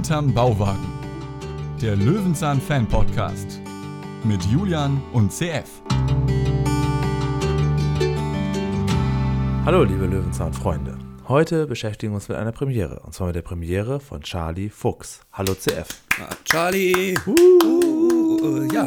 Hinterm Bauwagen. Der Löwenzahn-Fan-Podcast mit Julian und CF. Hallo liebe Löwenzahn-Freunde. Heute beschäftigen wir uns mit einer Premiere. Und zwar mit der Premiere von Charlie Fuchs. Hallo CF. Charlie. Ja,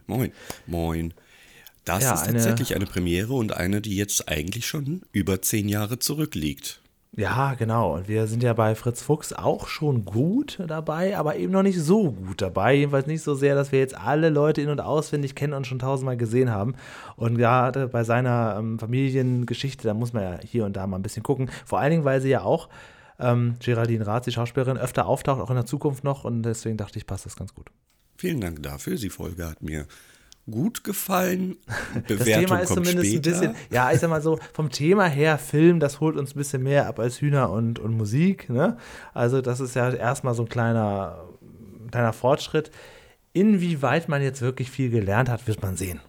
moin. Das ist tatsächlich eine Premiere und eine, die jetzt eigentlich schon über 10 Jahre zurückliegt. Ja, genau. Und wir sind ja bei Fritz Fuchs auch schon gut dabei, aber eben noch nicht so gut dabei. Jedenfalls nicht so sehr, dass wir jetzt alle Leute in- und auswendig kennen und schon 1000-mal gesehen haben. Und gerade bei seiner Familiengeschichte, da muss man ja hier und da mal ein bisschen gucken. Vor allen Dingen, weil sie ja auch, Geraldine Rath, die Schauspielerin, öfter auftaucht, auch in der Zukunft noch. Und deswegen dachte ich, passt das ganz gut. Vielen Dank dafür. Die Folge hat mir gut gefallen. Bewertung das Thema ist kommt zumindest später. ein bisschen, ja, ich sag mal so, vom Thema her, Film, das holt uns ein bisschen mehr ab als Hühner und Musik, ne? Also das ist ja erstmal so ein kleiner Fortschritt. Inwieweit man jetzt wirklich viel gelernt hat, wird man sehen.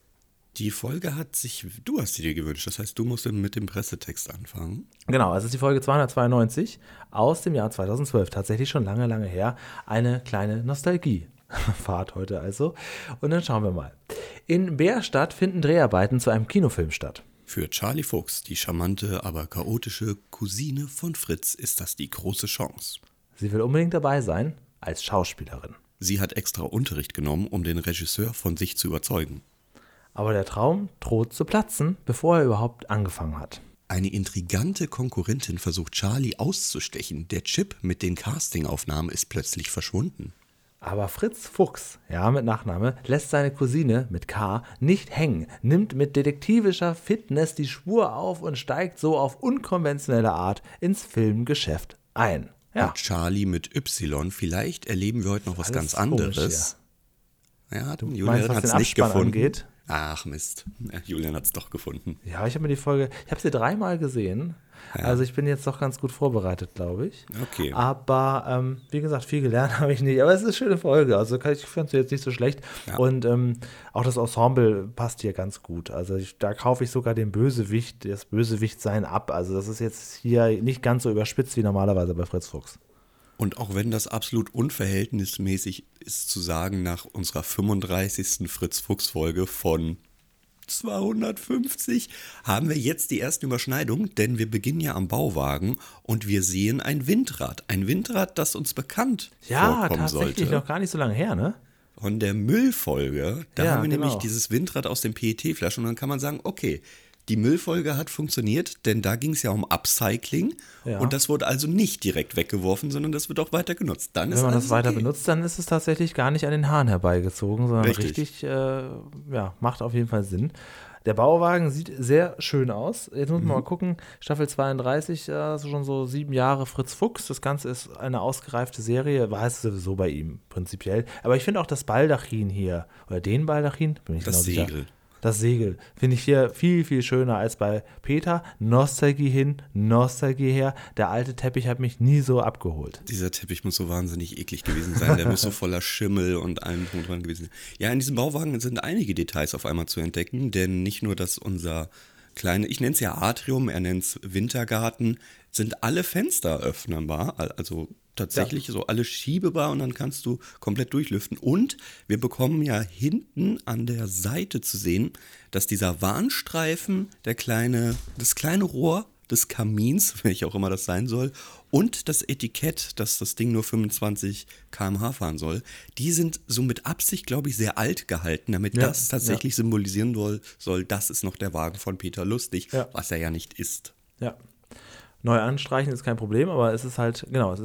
Die Folge du hast sie dir gewünscht, das heißt, du musst mit dem Pressetext anfangen. Genau, es ist die Folge 292 aus dem Jahr 2012, tatsächlich schon lange, lange her. Eine kleine Nostalgiefahrt heute also. Und dann schauen wir mal. In Bärstadt finden Dreharbeiten zu einem Kinofilm statt. Für Charlie Fuchs, die charmante, aber chaotische Cousine von Fritz, ist das die große Chance. Sie will unbedingt dabei sein, als Schauspielerin. Sie hat extra Unterricht genommen, um den Regisseur von sich zu überzeugen. Aber der Traum droht zu platzen, bevor er überhaupt angefangen hat. Eine intrigante Konkurrentin versucht Charlie auszustechen. Der Chip mit den Castingaufnahmen ist plötzlich verschwunden. Aber Fritz Fuchs, ja mit Nachname, lässt seine Cousine mit K nicht hängen, nimmt mit detektivischer Fitness die Spur auf und steigt so auf unkonventionelle Art ins Filmgeschäft ein. Ja. Und Charlie mit Y, vielleicht erleben wir heute noch was ganz anderes. Ja, Julian hat es nicht gefunden. Angeht? Ach Mist, Julian hat es doch gefunden. Ja, ich habe sie 3-mal gesehen. Ja. Also ich bin jetzt doch ganz gut vorbereitet, glaube ich. Okay. Aber wie gesagt, viel gelernt habe ich nicht. Aber es ist eine schöne Folge. Also ich fand sie jetzt nicht so schlecht. Ja. Und auch das Ensemble passt hier ganz gut. Also da kaufe ich sogar das Bösewichtsein ab. Also das ist jetzt hier nicht ganz so überspitzt wie normalerweise bei Fritz Fuchs. Und auch wenn das absolut unverhältnismäßig ist zu sagen, nach unserer 35. Fritz-Fuchs-Folge von 250 haben wir jetzt die ersten Überschneidungen, denn wir beginnen ja am Bauwagen und wir sehen ein Windrad. Ein Windrad, das uns bekannt vorkommen sollte. Ja, tatsächlich noch gar nicht so lange her, ne? Von der Müllfolge, da haben wir nämlich dieses Windrad aus dem PET-Flaschen und dann kann man sagen, okay, die Müllfolge hat funktioniert, denn da ging es ja um Upcycling und das wurde also nicht direkt weggeworfen, sondern das wird auch weiter genutzt. Wenn man das weiter benutzt, dann ist es tatsächlich gar nicht an den Haaren herbeigezogen, sondern richtig macht auf jeden Fall Sinn. Der Bauwagen sieht sehr schön aus. Jetzt muss man mal gucken, Staffel 32, also schon so 7 Jahre Fritz Fuchs. Das Ganze ist eine ausgereifte Serie, heißt es sowieso bei ihm prinzipiell. Aber ich finde auch das Baldachin hier, oder den Baldachin, bin ich das genau Segel. Sicher. Das Segel finde ich hier viel, viel schöner als bei Peter. Nostalgie hin, Nostalgie her. Der alte Teppich hat mich nie so abgeholt. Dieser Teppich muss so wahnsinnig eklig gewesen sein. Der muss so voller Schimmel und allem dran gewesen sein. Ja, in diesem Bauwagen sind einige Details auf einmal zu entdecken, denn nicht nur, dass unser ich nenne es ja Atrium, er nennt es Wintergarten, sind alle Fenster öffnbar, also tatsächlich so alles schiebebar und dann kannst du komplett durchlüften. Und wir bekommen ja hinten an der Seite zu sehen, dass dieser Warnstreifen, das kleine Rohr des Kamins, welches auch immer das sein soll, und das Etikett, dass das Ding nur 25 km/h fahren soll, die sind so mit Absicht, glaube ich, sehr alt gehalten, damit das tatsächlich symbolisieren soll, das ist noch der Wagen von Peter Lustig, was er ja nicht ist. Ja. Neu anstreichen ist kein Problem, aber es ist halt,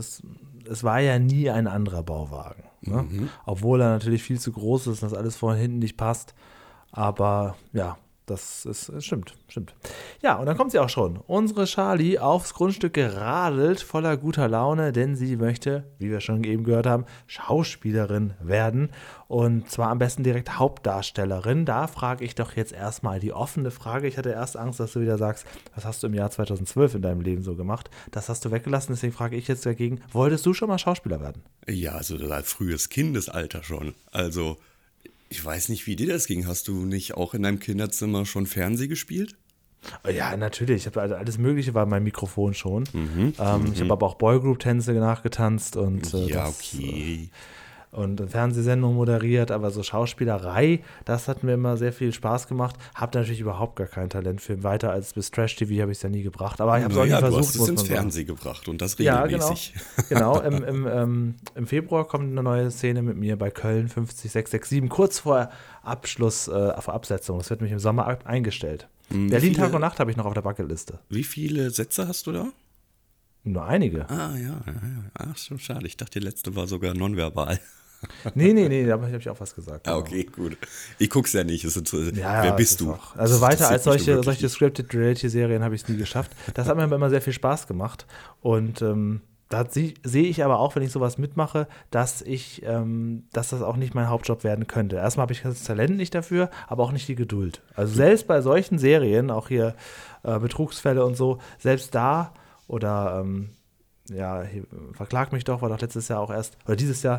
es war ja nie ein anderer Bauwagen. Ne? Obwohl er natürlich viel zu groß ist und das alles vorne hinten nicht passt. Aber ja, das stimmt. Ja, und dann kommt sie auch schon. Unsere Charlie aufs Grundstück geradelt, voller guter Laune, denn sie möchte, wie wir schon eben gehört haben, Schauspielerin werden. Und zwar am besten direkt Hauptdarstellerin. Da frage ich doch jetzt erstmal die offene Frage. Ich hatte erst Angst, dass du wieder sagst, was hast du im Jahr 2012 in deinem Leben so gemacht? Das hast du weggelassen, deswegen frage ich jetzt dagegen, wolltest du schon mal Schauspieler werden? Ja, also seit frühes Kindesalter schon. Also ich weiß nicht, wie dir das ging. Hast du nicht auch in deinem Kinderzimmer schon Fernseh gespielt? Ja, natürlich. Ich habe also alles Mögliche war mein Mikrofon schon. Ich habe aber auch Boygroup-Tänze nachgetanzt und Ja, okay. und Fernsehsendungen moderiert, aber so Schauspielerei, das hat mir immer sehr viel Spaß gemacht. Hab natürlich überhaupt gar kein Talent für weiter als bis Trash-TV habe ich es ja nie gebracht. Aber ich habe es auch nie versucht. Du hast es muss ins man sagen. Fernsehen gebracht und das regelmäßig. Ja, genau. Im Februar kommt eine neue Szene mit mir bei Köln 50667, kurz vor Abschluss, vor Absetzung. Das wird mich im Sommer eingestellt. Berlin Tag und Nacht habe ich noch auf der Bucketliste. Wie viele Sätze hast du da? Nur einige. Ja. Ach, schon schade. Ich dachte, die letzte war sogar nonverbal. Nee, da habe ich auch was gesagt. Genau. Okay, gut. Ich guck's ja nicht. Wer bist du? Also weiter als solche Scripted Reality-Serien habe ich es nie geschafft. Das hat mir immer sehr viel Spaß gemacht. Und da sehe ich aber auch, wenn ich sowas mitmache, dass das auch nicht mein Hauptjob werden könnte. Erstmal habe ich das Talent nicht dafür, aber auch nicht die Geduld. Also selbst bei solchen Serien, auch hier Betrugsfälle und so, selbst da oder hier, Verklag mich doch, war doch letztes Jahr auch erst, oder dieses Jahr,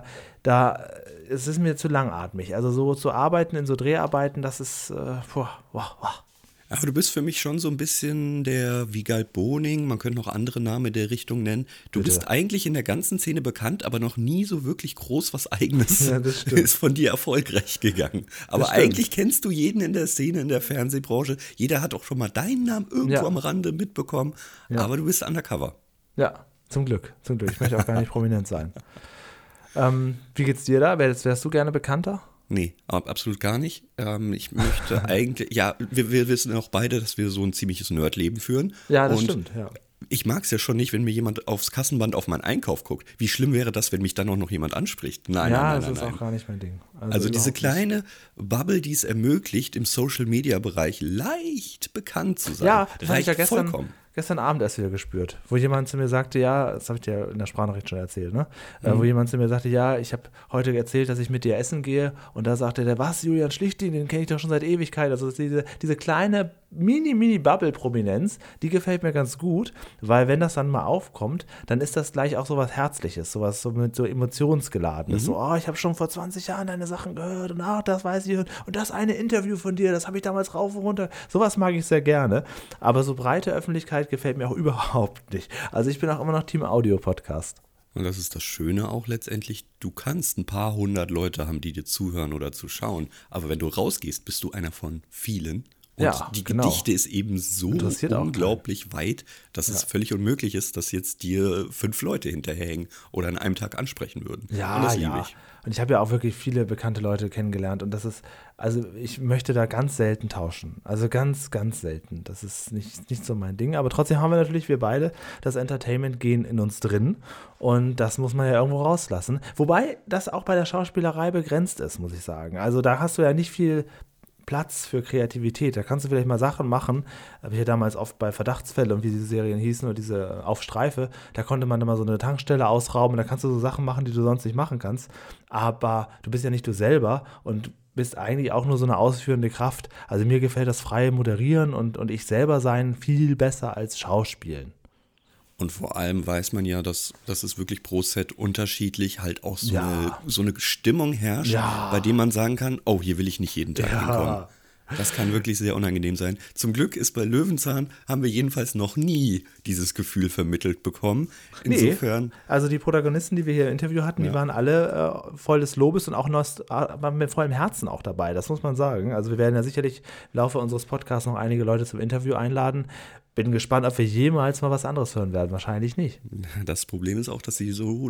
es ist mir zu langatmig. Also so zu arbeiten in so Dreharbeiten, das ist, Aber du bist für mich schon so ein bisschen der Wiegald Boning, man könnte noch andere Namen der Richtung nennen. Du bist eigentlich in der ganzen Szene bekannt, aber noch nie so wirklich groß was Eigenes ist von dir erfolgreich gegangen. Aber eigentlich kennst du jeden in der Szene, in der Fernsehbranche. Jeder hat auch schon mal deinen Namen irgendwo am Rande mitbekommen, aber du bist undercover. Ja, zum Glück. Ich möchte auch gar nicht prominent sein. Wie geht's dir da? Wärst du gerne bekannter? Nee, absolut gar nicht. Ich möchte eigentlich, wir wissen auch beide, dass wir so ein ziemliches Nerdleben führen. Ja, das stimmt, ja. Ich mag es ja schon nicht, wenn mir jemand aufs Kassenband auf meinen Einkauf guckt. Wie schlimm wäre das, wenn mich dann auch noch jemand anspricht? Nein. Das ist auch gar nicht mein Ding. Also diese kleine Bubble, die es ermöglicht, im Social-Media-Bereich leicht bekannt zu sein, ja, das reicht habe ich ja vollkommen. Gestern Abend erst wieder gespürt, wo jemand zu mir sagte, das habe ich dir in der Sprachnachricht schon erzählt, ne? Wo jemand zu mir sagte, ich habe heute erzählt, dass ich mit dir essen gehe und da sagte der, was, Julian Schlichting, den kenne ich doch schon seit Ewigkeit. Also diese kleine Mini-Bubble-Prominenz, die gefällt mir ganz gut, weil wenn das dann mal aufkommt, dann ist das gleich auch so was Herzliches, sowas so mit so Emotionsgeladenes. So, ich habe schon vor 20 Jahren deine Sachen gehört und das weiß ich und das eine Interview von dir, das habe ich damals rauf und runter. Sowas mag ich sehr gerne, aber so breite Öffentlichkeit gefällt mir auch überhaupt nicht. Also ich bin auch immer noch Team Audio-Podcast. Und das ist das Schöne auch letztendlich, du kannst ein paar hundert Leute haben, die dir zuhören oder zuschauen, aber wenn du rausgehst, bist du einer von vielen. Und die Gedichte ist eben so unglaublich weit, dass es völlig unmöglich ist, dass jetzt dir 5 Leute hinterherhängen oder an einem Tag ansprechen würden. Ja, und das liebe ich. Und ich habe ja auch wirklich viele bekannte Leute kennengelernt und ich möchte da ganz selten tauschen. Also ganz, ganz selten. Das ist nicht so mein Ding. Aber trotzdem haben wir beide das Entertainment-Gen in uns drin und das muss man ja irgendwo rauslassen. Wobei das auch bei der Schauspielerei begrenzt ist, muss ich sagen. Also da hast du ja nicht viel Platz für Kreativität. Da kannst du vielleicht mal Sachen machen, habe ich ja damals oft bei Verdachtsfälle und wie diese Serien hießen oder diese Auf Streife, da konnte man immer so eine Tankstelle ausrauben und da kannst du so Sachen machen, die du sonst nicht machen kannst, aber du bist ja nicht du selber und bist eigentlich auch nur so eine ausführende Kraft. Also mir gefällt das freie Moderieren und ich selber sein viel besser als Schauspielen. Und vor allem weiß man ja, dass es wirklich pro Set unterschiedlich halt auch so eine Stimmung herrscht, bei dem man sagen kann, oh, hier will ich nicht jeden Tag hinkommen. Das kann wirklich sehr unangenehm sein. Zum Glück ist bei Löwenzahn, haben wir jedenfalls noch nie dieses Gefühl vermittelt bekommen. Insofern. Also die Protagonisten, die wir hier im Interview hatten, die waren alle voll des Lobes und auch waren mit vollem Herzen auch dabei. Das muss man sagen. Also wir werden ja sicherlich im Laufe unseres Podcasts noch einige Leute zum Interview einladen. Bin gespannt, ob wir jemals mal was anderes hören werden. Wahrscheinlich nicht. Das Problem ist auch, dass sie so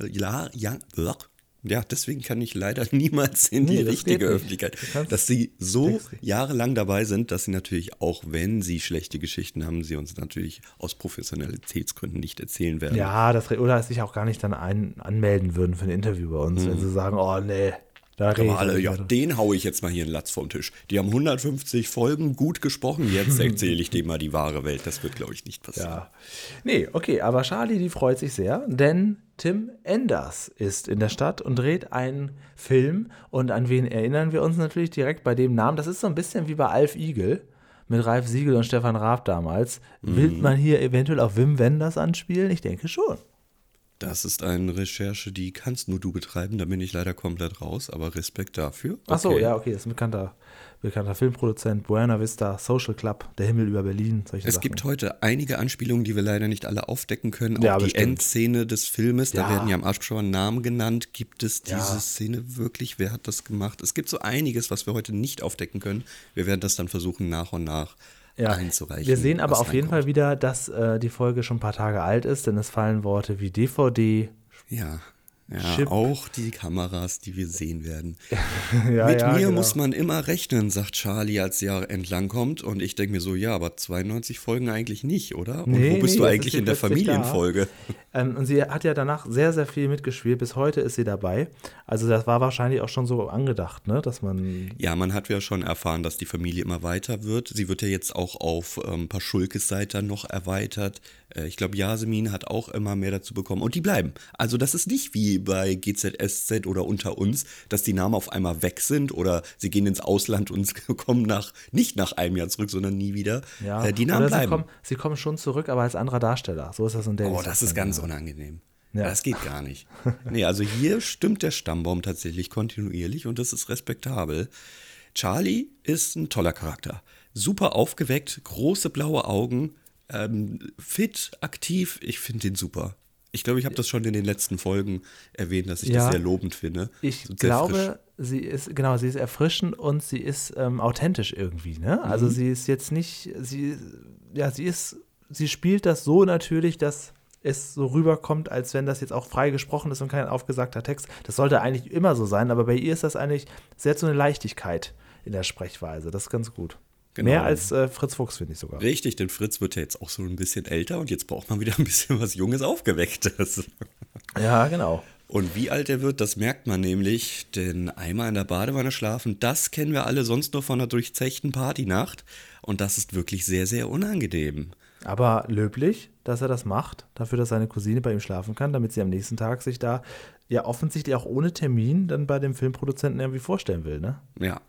deswegen kann ich leider niemals in die richtige Öffentlichkeit. Dass sie so jahrelang dabei sind, dass sie natürlich, auch wenn sie schlechte Geschichten haben, sie uns natürlich aus Professionalitätsgründen nicht erzählen werden. Ja, oder sich auch gar nicht dann anmelden würden für ein Interview bei uns, wenn sie sagen, oh nee. Den haue ich jetzt mal hier einen Latz vom Tisch. Die haben 150 Folgen gut gesprochen, jetzt erzähle ich dem mal die wahre Welt. Das wird, glaube ich, nicht passieren. Ja. Nee, okay, aber Charlie, die freut sich sehr, denn Tim Enders ist in der Stadt und dreht einen Film. Und an wen erinnern wir uns natürlich direkt bei dem Namen? Das ist so ein bisschen wie bei Alf Igel mit Ralf Siegel und Stefan Raab damals. Will man hier eventuell auf Wim Wenders anspielen? Ich denke schon. Das ist eine Recherche, die kannst nur du betreiben, da bin ich leider komplett raus, aber Respekt dafür. Okay. Ach so, ja, okay, das ist ein bekannter Filmproduzent, Buena Vista, Social Club, Der Himmel über Berlin, solche Es Sachen. gibt heute einige Anspielungen, die wir leider nicht alle aufdecken können. Auch Ja, die bestimmt. Endszene des Filmes, da Ja. werden ja am Abspann Namen genannt. Gibt es diese Ja. Szene wirklich? Wer hat das gemacht? Es gibt so einiges, was wir heute nicht aufdecken können. Wir werden das dann versuchen, nach und nach einzureichen. Wir sehen aber was auf jeden reinkommt. Fall wieder, dass die Folge schon ein paar Tage alt ist, denn es fallen Worte wie DVD. Ja, Chip. auch die Kameras, die wir sehen werden. Ja, Mit ja, mir genau. muss man immer rechnen, sagt Charlie, als Jahr entlang kommt. Und ich denke mir so, ja, aber 92 Folgen eigentlich nicht, oder? Und Nee, wo bist nee, du jetzt eigentlich ist sie in der plötzlich da. Familienfolge? Und sie hat ja danach sehr, sehr viel mitgespielt. Bis heute ist sie dabei. Also das war wahrscheinlich auch schon so angedacht, ne? Dass man. Ja, man hat ja schon erfahren, dass die Familie immer weiter wird. Sie wird ja jetzt auch auf ein paar Schulkes-Seiten noch erweitert. Ich glaube, Yasemin hat auch immer mehr dazu bekommen. Und die bleiben. Also das ist nicht wie bei GZSZ oder Unter uns, dass die Namen auf einmal weg sind oder sie gehen ins Ausland und kommen nicht nach einem Jahr zurück, sondern nie wieder. Ja, Die Namen oder bleiben. sie kommen schon zurück, aber als anderer Darsteller. So ist das in Daily Oh, das ist Software, ganz ja. unangenehm. Ja. Das geht gar nicht. Nee, also hier stimmt der Stammbaum tatsächlich kontinuierlich und das ist respektabel. Charlie ist ein toller Charakter. Super aufgeweckt, große blaue Augen, fit, aktiv. Ich finde den super. Ich glaube, ich habe das schon in den letzten Folgen erwähnt, dass ich das Ja. sehr lobend finde. Ich So sehr frisch. glaube, sie ist erfrischend und sie ist authentisch irgendwie, ne? Also sie ist jetzt nicht, sie spielt das so natürlich, dass es so rüberkommt, als wenn das jetzt auch frei gesprochen ist und kein aufgesagter Text. Das sollte eigentlich immer so sein, aber bei ihr ist das eigentlich sehr so eine Leichtigkeit in der Sprechweise. Das ist ganz gut. Genau. Mehr als Fritz Fuchs, finde ich sogar. Richtig, denn Fritz wird ja jetzt auch so ein bisschen älter und jetzt braucht man wieder ein bisschen was Junges, Aufgewecktes. Ja, genau. Und wie alt er wird, das merkt man nämlich, denn einmal in der Badewanne schlafen, das kennen wir alle sonst nur von einer durchzechten Partynacht und das ist wirklich sehr, sehr unangenehm. Aber löblich, dass er das macht, dafür, dass seine Cousine bei ihm schlafen kann, damit sie am nächsten Tag sich da ja offensichtlich auch ohne Termin dann bei dem Filmproduzenten irgendwie vorstellen will, ne? Ja.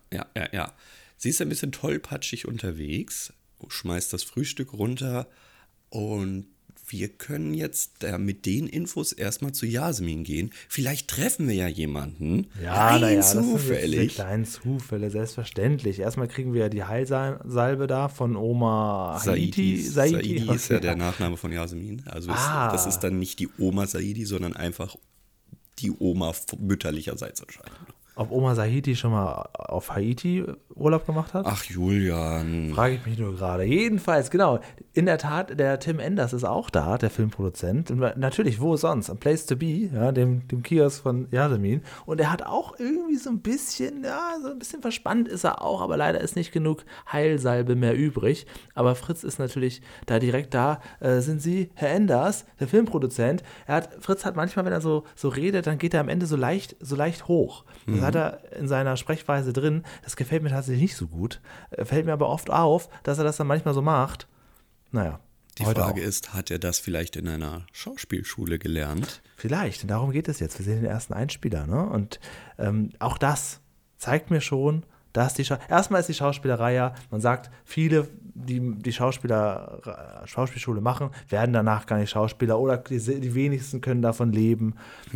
Sie ist ein bisschen tollpatschig unterwegs, schmeißt das Frühstück runter und wir können jetzt mit den Infos erstmal zu Yasemin gehen. Vielleicht treffen wir ja jemanden. Das sind jetzt die zufällig. kleinen Zufälle, selbstverständlich. Erstmal kriegen wir ja die Heilsalbe da von Oma Saidi Saidi ist ja der Nachname von Yasemin. Also das ist dann nicht die Oma Saidi, sondern einfach die Oma mütterlicherseits anscheinend. Ob Oma Saidi schon mal auf Haiti Urlaub gemacht hat? Ach, Julian. Frage ich mich nur gerade. Jedenfalls, genau. In der Tat, der Tim Enders ist auch da, der Filmproduzent. Und natürlich, wo sonst? Am Place to Be, ja, dem Kiosk von Yasemin. Und er hat auch irgendwie so ein bisschen verspannt ist er auch, aber leider ist nicht genug Heilsalbe mehr übrig. Aber Fritz ist natürlich da direkt da. Sind Sie, Herr Enders, der Filmproduzent? Fritz hat manchmal, wenn er so redet, dann geht er am Ende so leicht hoch. Das hat er in seiner Sprechweise drin. Das gefällt mir tatsächlich nicht so gut. Fällt mir aber oft auf, dass er das dann manchmal so macht. Naja. Die Frage ist, hat er das vielleicht in einer Schauspielschule gelernt? Vielleicht, und darum geht es jetzt. Wir sehen den ersten Einspieler, ne? Und auch das zeigt mir schon, dass erstmal ist die Schauspielerei ja, man sagt, viele, die Schauspielschule machen, werden danach gar nicht Schauspieler oder die wenigsten können davon leben.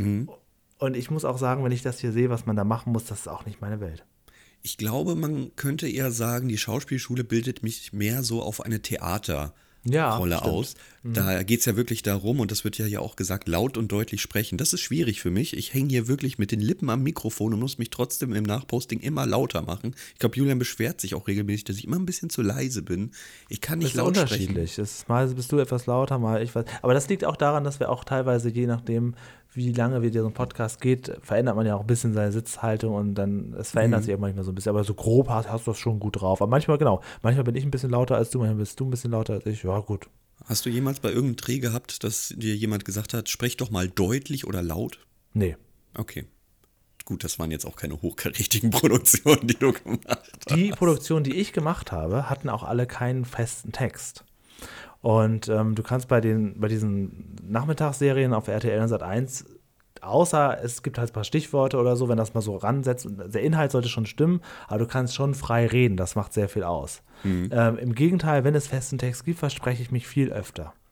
Und ich muss auch sagen, wenn ich das hier sehe, was man da machen muss, das ist auch nicht meine Welt. Ich glaube, man könnte eher sagen, die Schauspielschule bildet mich mehr so auf eine Theaterrolle aus. Da geht es ja wirklich darum, und das wird ja hier auch gesagt, laut und deutlich sprechen. Das ist schwierig für mich. Ich hänge hier wirklich mit den Lippen am Mikrofon und muss mich trotzdem im Nachposting immer lauter machen. Ich glaube, Julian beschwert sich auch regelmäßig, dass ich immer ein bisschen zu leise bin. Ich kann nicht laut sprechen. Das ist unterschiedlich. Mal bist du etwas lauter, mal ich weiß. Aber das liegt auch daran, dass wir auch teilweise, je nachdem, wie lange so ein Podcast geht, verändert man ja auch ein bisschen seine Sitzhaltung und dann, es verändert sich auch manchmal so ein bisschen. Aber so grob hast du das schon gut drauf. Aber manchmal bin ich ein bisschen lauter als du, manchmal bist du ein bisschen lauter als ich. Ja, gut. Hast du jemals bei irgendeinem Dreh gehabt, dass dir jemand gesagt hat, sprech doch mal deutlich oder laut? Nee. Okay. Gut, das waren jetzt auch keine hochkarätigen Produktionen, die du gemacht hast. Die Produktionen, die ich gemacht habe, hatten auch alle keinen festen Text. Und du kannst bei diesen Nachmittagsserien auf RTL und Sat.1, außer es gibt halt ein paar Stichworte oder so, wenn das mal so ransetzt, der Inhalt sollte schon stimmen, aber du kannst schon frei reden, das macht sehr viel aus. Im Gegenteil, wenn es festen Text gibt, verspreche ich mich viel öfter.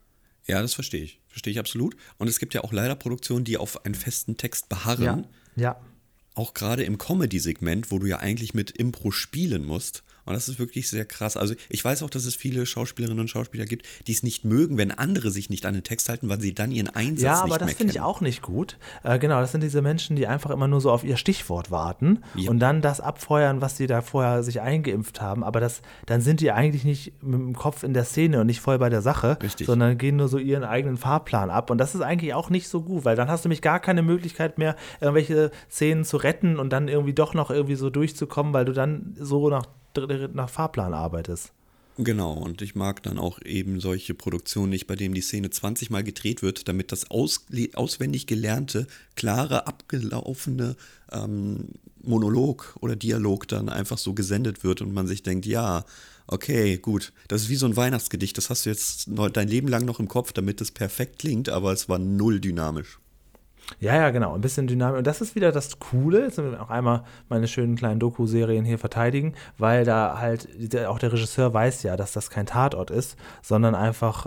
Ja, das verstehe ich. Verstehe ich absolut. Und es gibt ja auch leider Produktionen, die auf einen festen Text beharren. Ja, ja. Auch gerade im Comedy-Segment, wo du ja eigentlich mit Impro spielen musst. Und das ist wirklich sehr krass. Also ich weiß auch, dass es viele Schauspielerinnen und Schauspieler gibt, die es nicht mögen, wenn andere sich nicht an den Text halten, weil sie dann ihren Einsatz nicht mehr kennen. Ja, aber das finde ich auch nicht gut. Genau, das sind diese Menschen, die einfach immer nur so auf ihr Stichwort warten und dann das abfeuern, was sie da vorher sich eingeimpft haben. Aber dann sind die eigentlich nicht mit dem Kopf in der Szene und nicht voll bei der Sache, Richtig. sondern gehen nur so ihren eigenen Fahrplan ab. Und das ist eigentlich auch nicht so gut, weil dann hast du nämlich gar keine Möglichkeit mehr, irgendwelche Szenen zu retten und dann irgendwie doch noch irgendwie so durchzukommen, weil du dann so nach Fahrplan arbeitest. Genau, und ich mag dann auch eben solche Produktionen nicht, bei denen die Szene 20 Mal gedreht wird, damit das auswendig gelernte, klare, abgelaufene Monolog oder Dialog dann einfach so gesendet wird und man sich denkt, ja, okay, gut, das ist wie so ein Weihnachtsgedicht, das hast du jetzt dein Leben lang noch im Kopf, damit es perfekt klingt, aber es war null dynamisch. Ja, genau, ein bisschen Dynamik. Und das ist wieder das Coole, jetzt auch einmal meine schönen kleinen Doku-Serien hier verteidigen, weil da halt, auch der Regisseur weiß ja, dass das kein Tatort ist, sondern einfach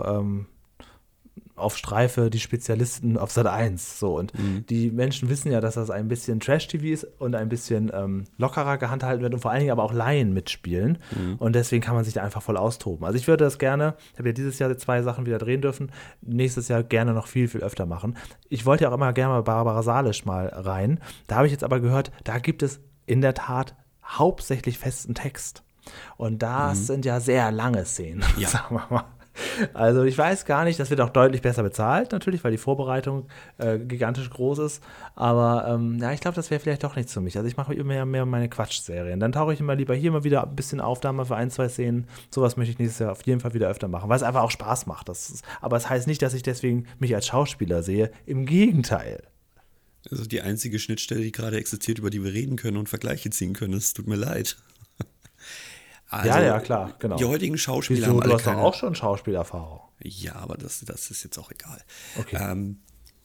auf Streife die Spezialisten auf Sat 1. So. Und die Menschen wissen ja, dass das ein bisschen Trash-TV ist und ein bisschen lockerer gehandhabt wird und vor allen Dingen aber auch Laien mitspielen. Und deswegen kann man sich da einfach voll austoben. Also ich würde das gerne, ich habe ja dieses Jahr 2 Sachen wieder drehen dürfen, nächstes Jahr gerne noch viel, viel öfter machen. Ich wollte ja auch immer gerne mal Barbara Salisch mal rein. Da habe ich jetzt aber gehört, da gibt es in der Tat hauptsächlich festen Text. Und das sind ja sehr lange Szenen, sagen wir mal. Also ich weiß gar nicht, das wird auch deutlich besser bezahlt, natürlich, weil die Vorbereitung gigantisch groß ist. Aber ich glaube, das wäre vielleicht doch nichts für mich. Also ich mache immer mehr meine Quatschserien. Dann tauche ich immer lieber hier mal wieder ein bisschen auf, da mal für 1, 2 Szenen. Sowas möchte ich nächstes Jahr auf jeden Fall wieder öfter machen, weil es einfach auch Spaß macht. Aber es heißt nicht, dass ich deswegen mich als Schauspieler sehe. Im Gegenteil. Also die einzige Schnittstelle, die gerade existiert, über die wir reden können und Vergleiche ziehen können, es tut mir leid. Also, ja, klar, genau. Die heutigen Schauspieler Wieso, haben alle du hast doch keine... auch schon Schauspielerfahrung. Ja, aber das ist jetzt auch egal. Okay.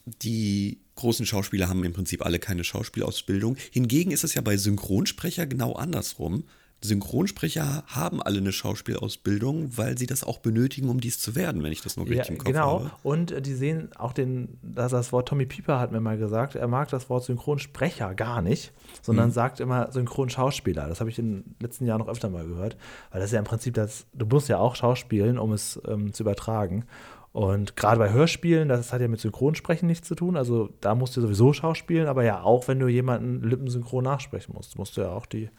Die großen Schauspieler haben im Prinzip alle keine Schauspielausbildung. Hingegen ist es ja bei Synchronsprecher genau andersrum. Synchronsprecher haben alle eine Schauspielausbildung, weil sie das auch benötigen, um dies zu werden, wenn ich das noch richtig im Kopf habe. Genau, und die sehen auch das Wort, Tommy Pieper hat mir mal gesagt, er mag das Wort Synchronsprecher gar nicht, sondern sagt immer Synchronschauspieler. Das habe ich in den letzten Jahren noch öfter mal gehört, weil das ist ja im Prinzip du musst ja auch schauspielen, um es zu übertragen. Und gerade bei Hörspielen, das hat ja mit Synchronsprechen nichts zu tun, also da musst du sowieso schauspielen, aber ja auch, wenn du jemanden lippensynchron nachsprechen musst du ja auch die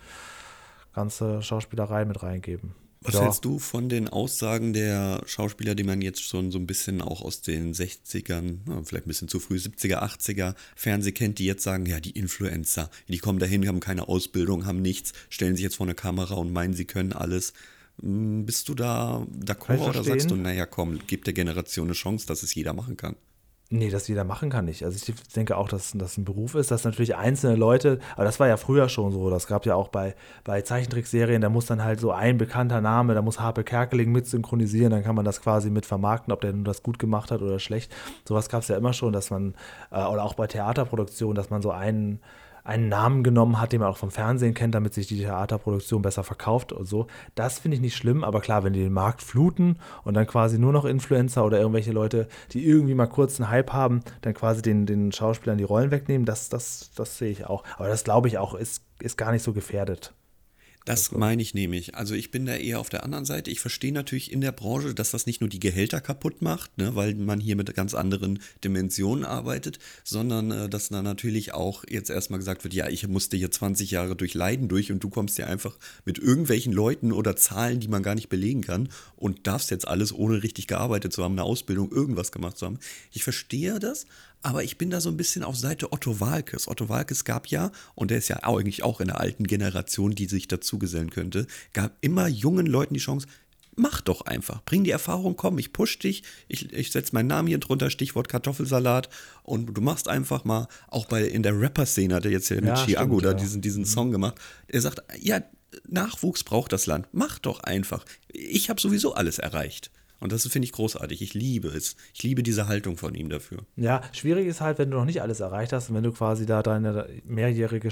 ganze Schauspielerei mit reingeben. Was hältst du von den Aussagen der Schauspieler, die man jetzt schon so ein bisschen auch aus den 60ern, vielleicht ein bisschen zu früh, 70er, 80er Fernseh kennt, die jetzt sagen, ja, die Influencer, die kommen dahin, haben keine Ausbildung, haben nichts, stellen sich jetzt vor eine Kamera und meinen, sie können alles. Bist du da d'accord oder sagst du, naja, komm, gib der Generation eine Chance, dass es jeder machen kann? Nee, das jeder machen kann nicht. Also ich denke auch, dass das ein Beruf ist, dass natürlich einzelne Leute, aber das war ja früher schon so, das gab ja auch bei Zeichentrickserien, da muss dann halt so ein bekannter Name, da muss Harpe Kerkeling mit synchronisieren, dann kann man das quasi mit vermarkten, ob der nun das gut gemacht hat oder schlecht. Sowas gab es ja immer schon, dass man, oder auch bei Theaterproduktionen, dass man so einen Namen genommen hat, den man auch vom Fernsehen kennt, damit sich die Theaterproduktion besser verkauft und so. Das finde ich nicht schlimm, aber klar, wenn die den Markt fluten und dann quasi nur noch Influencer oder irgendwelche Leute, die irgendwie mal kurz einen Hype haben, dann quasi den Schauspielern die Rollen wegnehmen, das sehe ich auch. Aber das glaube ich auch, ist gar nicht so gefährdet. Das meine ich nämlich. Also ich bin da eher auf der anderen Seite. Ich verstehe natürlich in der Branche, dass das nicht nur die Gehälter kaputt macht, ne, weil man hier mit ganz anderen Dimensionen arbeitet, sondern dass da natürlich auch jetzt erstmal gesagt wird, ja, ich musste hier 20 Jahre durch Leiden durch und du kommst ja einfach mit irgendwelchen Leuten oder Zahlen, die man gar nicht belegen kann und darfst jetzt alles, ohne richtig gearbeitet zu haben, eine Ausbildung, irgendwas gemacht zu haben. Ich verstehe das. Aber ich bin da so ein bisschen auf Seite Otto Waalkes. Otto Waalkes gab ja, und der ist ja eigentlich auch in der alten Generation, die sich dazugesellen könnte, gab immer jungen Leuten die Chance, mach doch einfach, bring die Erfahrung, komm, ich push dich, ich setze meinen Namen hier drunter, Stichwort Kartoffelsalat und du machst einfach mal, auch in der Rapper-Szene hat er jetzt ja mit Chiago da diesen Song gemacht, er sagt, ja, Nachwuchs braucht das Land, mach doch einfach, ich habe sowieso alles erreicht. Und das finde ich großartig. Ich liebe es. Ich liebe diese Haltung von ihm dafür. Ja, schwierig ist halt, wenn du noch nicht alles erreicht hast und wenn du quasi da deine mehrjährige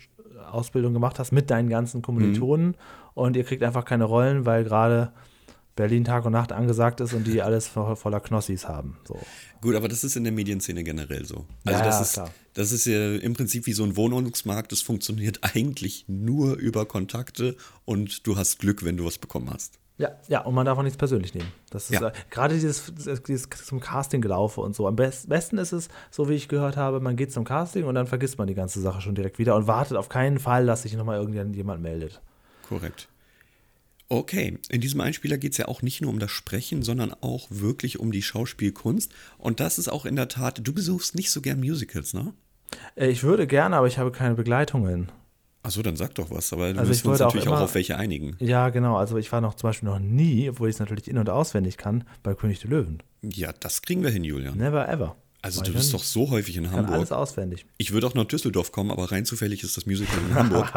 Schauspielausbildung gemacht hast mit deinen ganzen Kommilitonen und ihr kriegt einfach keine Rollen, weil gerade Berlin Tag und Nacht angesagt ist und die alles voller Knossis haben. So. Gut, aber das ist in der Medienszene generell so. Also Ja, klar. das ist ja im Prinzip wie so ein Wohnungsmarkt. Das funktioniert eigentlich nur über Kontakte und du hast Glück, wenn du was bekommen hast. Ja, und man darf auch nichts persönlich nehmen. Das ist Ja. gerade dieses zum Casting gelaufen und so. Am besten ist es, so wie ich gehört habe, man geht zum Casting und dann vergisst man die ganze Sache schon direkt wieder und wartet auf keinen Fall, dass sich nochmal irgendjemand meldet. Korrekt. Okay, in diesem Einspieler geht es ja auch nicht nur um das Sprechen, sondern auch wirklich um die Schauspielkunst. Und das ist auch in der Tat, du besuchst nicht so gern Musicals, ne? Ich würde gerne, aber ich habe keine Begleitungen. Achso, dann sag doch was, aber Also müssen ich wir uns wollte auch natürlich auch immer- auf welche einigen. Ja, genau. Also ich war zum Beispiel noch nie, obwohl ich es natürlich in- und auswendig kann, bei König der Löwen. Ja, das kriegen wir hin, Julian. Never ever. Also War du ich bist noch doch so häufig in nie. Kann alles Hamburg. auswendig. Ich würde auch nach Düsseldorf kommen, aber rein zufällig ist das Musical in Hamburg.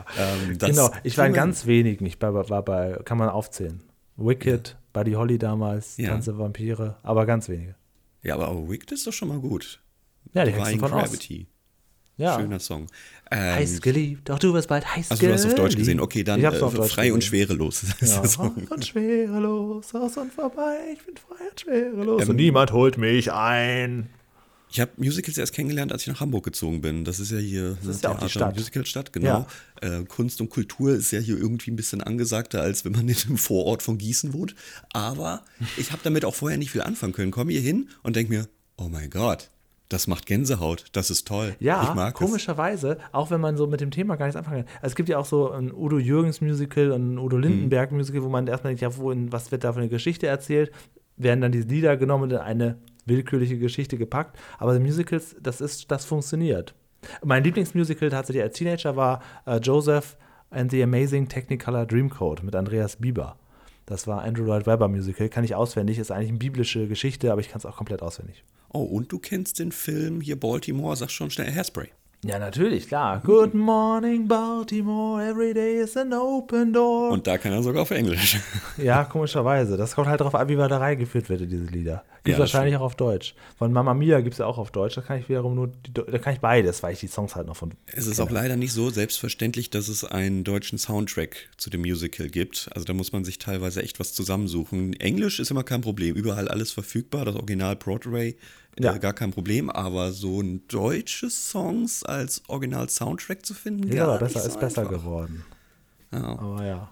Das Genau, ich war in kriegen wir ganz wenigen. Ich war bei, kann man aufzählen. Wicked, Buddy Holly damals, Ja. Tanze Vampire, aber ganz wenige. hin. Ja, aber Wicked ist doch schon mal gut. Ja, die Divine Hexen von Oz. Gravity. Ja. Schöner Song. Heiß geliebt, doch du wirst bald heiß Also du hast auf Deutsch geliebt. gesehen. Okay, dann Ich hab's auf Deutsch frei und gesehen. schwerelos. Das ist Ja, der Song. raus und schwerelos, raus und vorbei, ich bin frei und schwerelos. Und niemand holt mich ein. Ich habe Musicals erst kennengelernt, als ich nach Hamburg gezogen bin. Das ist ja hier ist ja auch die Stadt. Musicalstadt, genau. Kunst und Kultur ist ja hier irgendwie ein bisschen angesagter, als wenn man in einem Vorort von Gießen wohnt. Aber ich habe damit auch vorher nicht viel anfangen können. Komme hier hin und denke mir, oh mein Gott, das macht Gänsehaut, das ist toll. Ja, ich mag es. komischerweise, auch wenn man so mit dem Thema gar nichts anfangen kann. Also es gibt ja auch so ein Udo Jürgens Musical und ein Udo Lindenberg Musical, wo man erstmal denkt, ja, was wird da für eine Geschichte erzählt? Werden dann diese Lieder genommen und in eine willkürliche Geschichte gepackt. Aber die Musicals, das funktioniert. Mein Lieblingsmusical tatsächlich als Teenager war Joseph and the Amazing Technicolor Dreamcoat mit Andreas Bieber. Das war Andrew Lloyd Webber Musical, kann ich auswendig, ist eigentlich eine biblische Geschichte, aber ich kann es auch komplett auswendig. Oh, und du kennst den Film hier Baltimore, sag schon schnell Hairspray. Ja, natürlich, klar. Good morning, Baltimore, every day is an open door. Und da kann er sogar auf Englisch. Ja, komischerweise. Das kommt halt darauf an, wie man da reingeführt wird in diese Lieder. Gibt Ja, das wahrscheinlich auch auf Deutsch. Von Mamma Mia gibt es ja auch auf Deutsch. Da kann ich wiederum da kann ich beides, weil ich die Songs halt noch von. Es ist auch leider nicht so selbstverständlich, dass es einen deutschen Soundtrack zu dem Musical gibt. Also da muss man sich teilweise echt was zusammensuchen. Englisch ist immer kein Problem, überall alles verfügbar. Das Original Broadway, Ja. gar kein Problem. Aber so ein deutsches Songs als Original-Soundtrack zu finden, Ist gar aber nicht so ist besser einfach. geworden. Ja, Aber ja.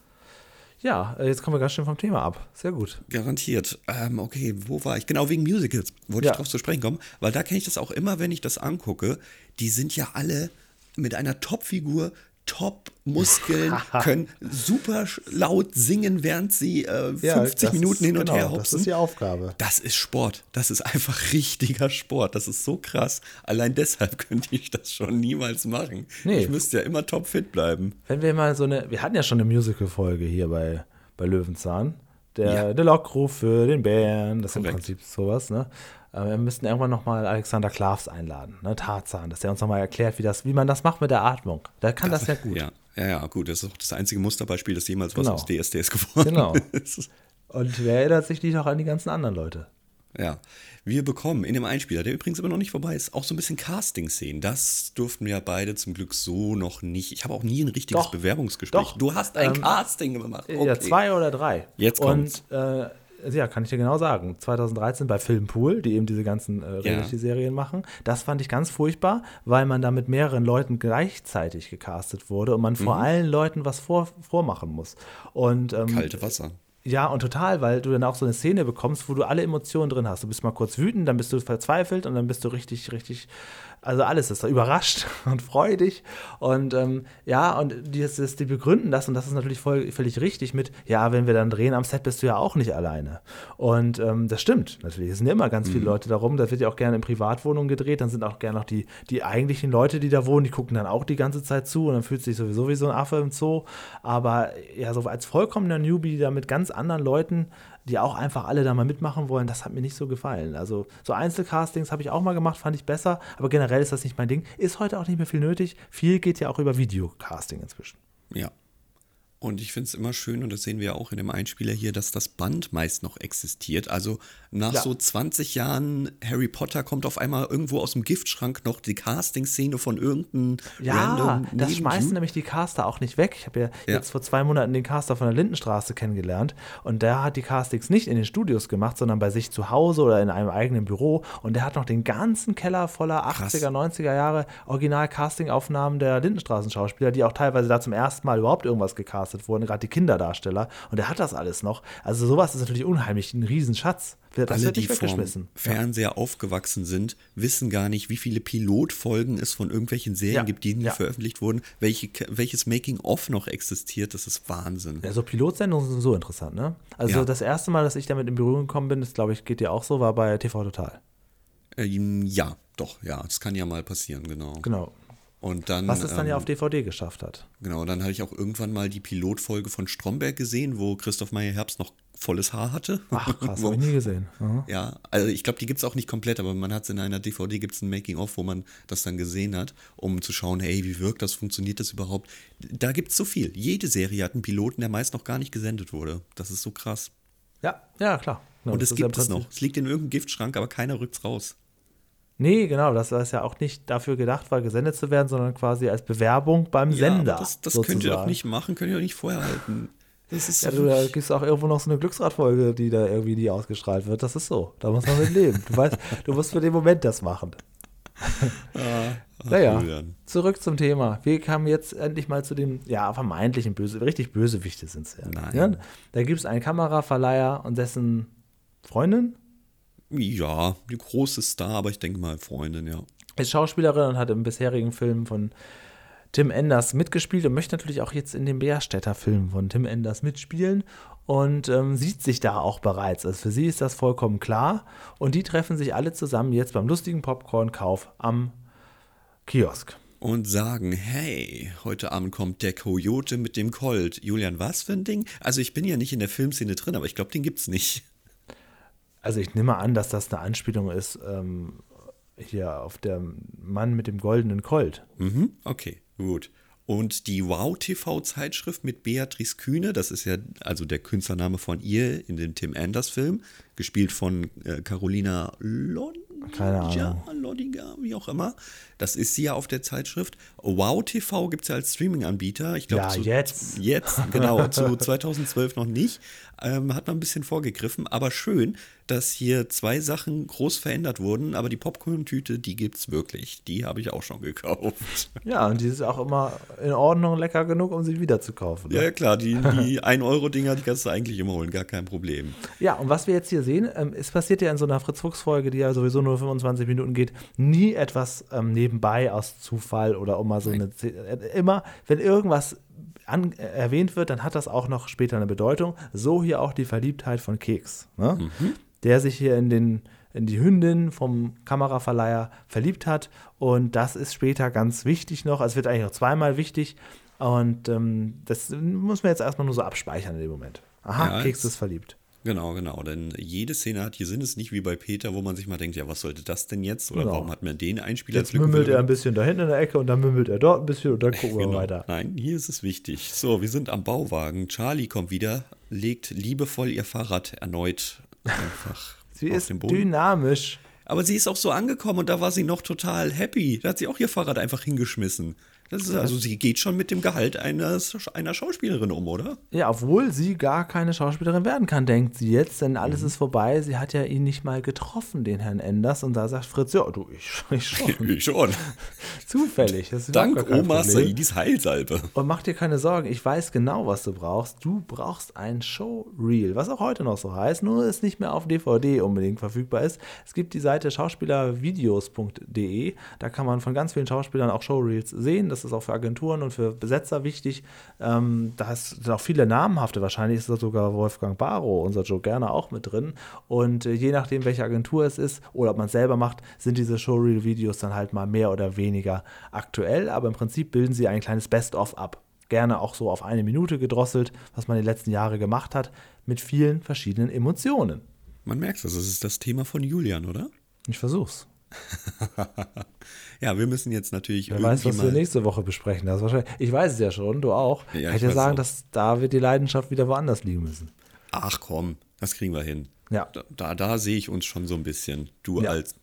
Ja, jetzt kommen wir ganz schön vom Thema ab. Sehr gut. garantiert. Okay, wo war ich? Genau, wegen Musicals wollte Ja. ich drauf zu sprechen kommen. Weil da kenne ich das auch immer, wenn ich das angucke. Die sind ja alle mit einer Top-Figur, Top-Muskeln, können super laut singen, während sie 50 Minuten hin und her hopsen. Das ist die Aufgabe. Das ist Sport. Das ist einfach richtiger Sport. Das ist so krass. Allein deshalb könnte ich das schon niemals machen. Nee. Ich müsste ja immer topfit bleiben. Wenn wir mal wir hatten ja schon eine Musical-Folge hier bei Löwenzahn. Ja. Der Lockruf für den Bären, das ist im Korrekt. Prinzip sowas, ne? Wir müssten irgendwann nochmal Alexander Klavs einladen, ne? Tarzan, dass der uns nochmal erklärt, wie man das macht mit der Atmung. Da kann das ja gut. Ja, gut. Das ist auch das einzige Musterbeispiel, das jemals was Genau. aus DSDS geworden Genau. ist. Und wer erinnert sich nicht auch an die ganzen anderen Leute? Ja, wir bekommen in dem Einspieler, der übrigens immer noch nicht vorbei ist, auch so ein bisschen Casting-Szenen. Das durften wir beide zum Glück so noch nicht. Ich habe auch nie ein richtiges Doch, Bewerbungsgespräch. doch. Du hast ein Casting gemacht. Okay. Ja, 2 oder 3. Jetzt kommt's. Und ja, kann ich dir genau sagen. 2013 bei Filmpool, die eben diese ganzen Reality-Serien machen. Das fand ich ganz furchtbar, weil man da mit mehreren Leuten gleichzeitig gecastet wurde und man vor allen Leuten was vormachen muss. Und Kalte Wasser. ja, und total, weil du dann auch so eine Szene bekommst, wo du alle Emotionen drin hast. Du bist mal kurz wütend, dann bist du verzweifelt und dann bist du richtig, also alles ist überrascht und freudig. Und ja, und die begründen das, und das ist natürlich völlig richtig mit, ja, wenn wir dann drehen am Set, bist du ja auch nicht alleine. Und das stimmt natürlich. Es sind immer ganz viele Leute darum. Das wird ja auch gerne in Privatwohnungen gedreht. Dann sind auch gerne noch die eigentlichen Leute, die da wohnen, die gucken dann auch die ganze Zeit zu und dann fühlt sich sowieso wie so ein Affe im Zoo. Aber ja, so als vollkommener Newbie da mit ganz anderen Leuten, die auch einfach alle da mal mitmachen wollen, das hat mir nicht so gefallen. Also so Einzelcastings habe ich auch mal gemacht, fand ich besser, aber generell ist das nicht mein Ding. Ist heute auch nicht mehr viel nötig. Viel geht ja auch über Videocasting inzwischen. Ja. Und ich finde es immer schön, und das sehen wir ja auch in dem Einspieler hier, dass das Band meist noch existiert. Also nach so 20 Jahren Harry Potter kommt auf einmal irgendwo aus dem Giftschrank noch die Casting-Szene von irgendeinem random das schmeißen nämlich die Caster auch nicht weg. Ich habe jetzt vor 2 Monaten den Caster von der Lindenstraße kennengelernt und der hat die Castings nicht in den Studios gemacht, sondern bei sich zu Hause oder in einem eigenen Büro und der hat noch den ganzen Keller voller 80er, 90er Jahre Original-Casting-Aufnahmen der Lindenstraßen-Schauspieler, die auch teilweise da zum ersten Mal überhaupt irgendwas gecastet wurden, gerade die Kinderdarsteller. Und er hat das alles noch. Also sowas ist natürlich unheimlich, ein Riesenschatz. Das alle, wird die nicht weggeschmissen. vom Fernseher aufgewachsen sind, wissen gar nicht, wie viele Pilotfolgen es von irgendwelchen Serien gibt, die nie veröffentlicht wurden, welches Making-of noch existiert. Das ist Wahnsinn. Ja, so Pilotsendungen sind so interessant, ne? Also das erste Mal, dass ich damit in Berührung gekommen bin, das glaube ich, geht dir auch so, war bei TV Total. Ja, doch, ja. Das kann ja mal passieren, genau. Und dann, was es dann ja auf DVD geschafft hat. Genau, dann habe ich auch irgendwann mal die Pilotfolge von Stromberg gesehen, wo Christoph Meyer-Herbst noch volles Haar hatte. Ach krass, habe ich nie gesehen. Mhm. Ja, also ich glaube, die gibt es auch nicht komplett, aber man hat es in einer DVD, gibt es ein Making-of, wo man das dann gesehen hat, um zu schauen, hey, wie wirkt das, funktioniert das überhaupt? Da gibt es so viel. Jede Serie hat einen Piloten, der meist noch gar nicht gesendet wurde. Das ist so krass. Ja, klar. Genau, und es gibt es noch. Es liegt in irgendeinem Giftschrank, aber keiner rückt's raus. Nee, genau, das ist ja auch nicht dafür gedacht, war gesendet zu werden, sondern quasi als Bewerbung beim Sender. Das könnt ihr doch nicht machen, könnt ihr doch nicht vorher halten. Das ist da gibt es auch irgendwo noch so eine Glücksradfolge, die da irgendwie nie ausgestrahlt wird. Das ist so, da muss man mit leben. Du weißt, du musst für den Moment das machen. Zurück zum Thema. Wir kamen jetzt endlich mal zu dem, vermeintlichen richtig Bösewichte sind es ja. Nein. Ja. Da gibt es einen Kameraverleiher und dessen Freundin. Ja, die große Star, aber ich denke mal Freundin, ja. Ist Schauspielerin und hat im bisherigen Film von Tim Enders mitgespielt und möchte natürlich auch jetzt in dem Bärstädter Film von Tim Enders mitspielen und sieht sich da auch bereits. Also für sie ist das vollkommen klar und die treffen sich alle zusammen jetzt beim lustigen Popcorn-Kauf am Kiosk. Und sagen, hey, heute Abend kommt der Coyote mit dem Colt. Julian, was für ein Ding? Also ich bin ja nicht in der Filmszene drin, aber ich glaube, den gibt's nicht. Also ich nehme an, dass das eine Anspielung ist hier auf der Mann mit dem goldenen Colt. Okay, gut. Und die Wow-TV-Zeitschrift mit Beatrice Kühne, das ist ja also der Künstlername von ihr in dem Tim Enders-Film, gespielt von Carolina Lodiger, wie auch immer. Das ist sie ja auf der Zeitschrift. Wow TV gibt es ja als Streaming-Anbieter. Ich glaube, jetzt, genau, zu 2012 noch nicht. Hat man ein bisschen vorgegriffen, aber schön, dass hier 2 Sachen groß verändert wurden, aber die Popcorn-Tüte, die gibt's wirklich. Die habe ich auch schon gekauft. Ja, und die ist auch immer in Ordnung, lecker genug, um sie wieder zu kaufen. Ne? Ja, klar, die 1-Euro-Dinger, die kannst du eigentlich immer holen, gar kein Problem. Ja, und was wir jetzt hier sehen, es passiert ja in so einer Fritz-Fuchs-Folge, die ja sowieso nur 25 Minuten geht, nie etwas nebenbei aus Zufall oder um mal so eine immer, wenn irgendwas erwähnt wird, dann hat das auch noch später eine Bedeutung. So hier auch die Verliebtheit von Keks, ne? Der sich hier in die Hündin vom Kameraverleiher verliebt hat und das ist später ganz wichtig noch, also es wird eigentlich noch zweimal wichtig und das muss man jetzt erstmal nur so abspeichern in dem Moment. Aha, ja, Keks ist verliebt. Genau, denn jede Szene hat hier Sinn, ist nicht wie bei Peter, wo man sich mal denkt, ja, was sollte das denn jetzt? Oder warum hat man den Einspieler? Jetzt mümmelt er ein bisschen da hinten in der Ecke und dann mümmelt er dort ein bisschen und dann gucken wir weiter. Nein, hier ist es wichtig. So, wir sind am Bauwagen. Charlie kommt wieder, legt liebevoll ihr Fahrrad erneut einfach Sie auf den Boden. Dynamisch. Aber sie ist auch so angekommen und da war sie noch total happy. Da hat sie auch ihr Fahrrad einfach hingeschmissen. Das ist also, sie geht schon mit dem Gehalt einer Schauspielerin um, oder? Ja, obwohl sie gar keine Schauspielerin werden kann, denkt sie jetzt, denn alles ist vorbei. Sie hat ja ihn nicht mal getroffen, den Herrn Enders. Und da sagt Fritz, ja, du, ich schon. Ich schon. Zufällig. Das ist Dank Oma Saidis Heilsalbe. Und mach dir keine Sorgen, ich weiß genau, was du brauchst. Du brauchst ein Showreel, was auch heute noch so heißt, nur es nicht mehr auf DVD unbedingt verfügbar ist. Es gibt die Seite schauspielervideos.de. Da kann man von ganz vielen Schauspielern auch Showreels sehen. Das ist auch für Agenturen und für Besetzer wichtig. Da sind auch viele namhafte, wahrscheinlich ist da sogar Wolfgang Barrow, unser Joe Gerner, auch mit drin. Und je nachdem, welche Agentur es ist oder ob man es selber macht, sind diese Showreel-Videos dann halt mal mehr oder weniger aktuell. Aber im Prinzip bilden sie ein kleines Best-of ab. Gerne auch so auf 1 Minute gedrosselt, was man die letzten Jahre gemacht hat, mit vielen verschiedenen Emotionen. Man merkt es, das ist das Thema von Julian, oder? Ich versuch's. Ja, wir müssen jetzt natürlich Wer weiß, was wir nächste Woche besprechen. Das wahrscheinlich, ich weiß es ja schon, du auch. Ja, ich kann dir sagen, dass da wird die Leidenschaft wieder woanders liegen müssen. Ach komm, das kriegen wir hin. Ja. Da sehe ich uns schon so ein bisschen. Du als,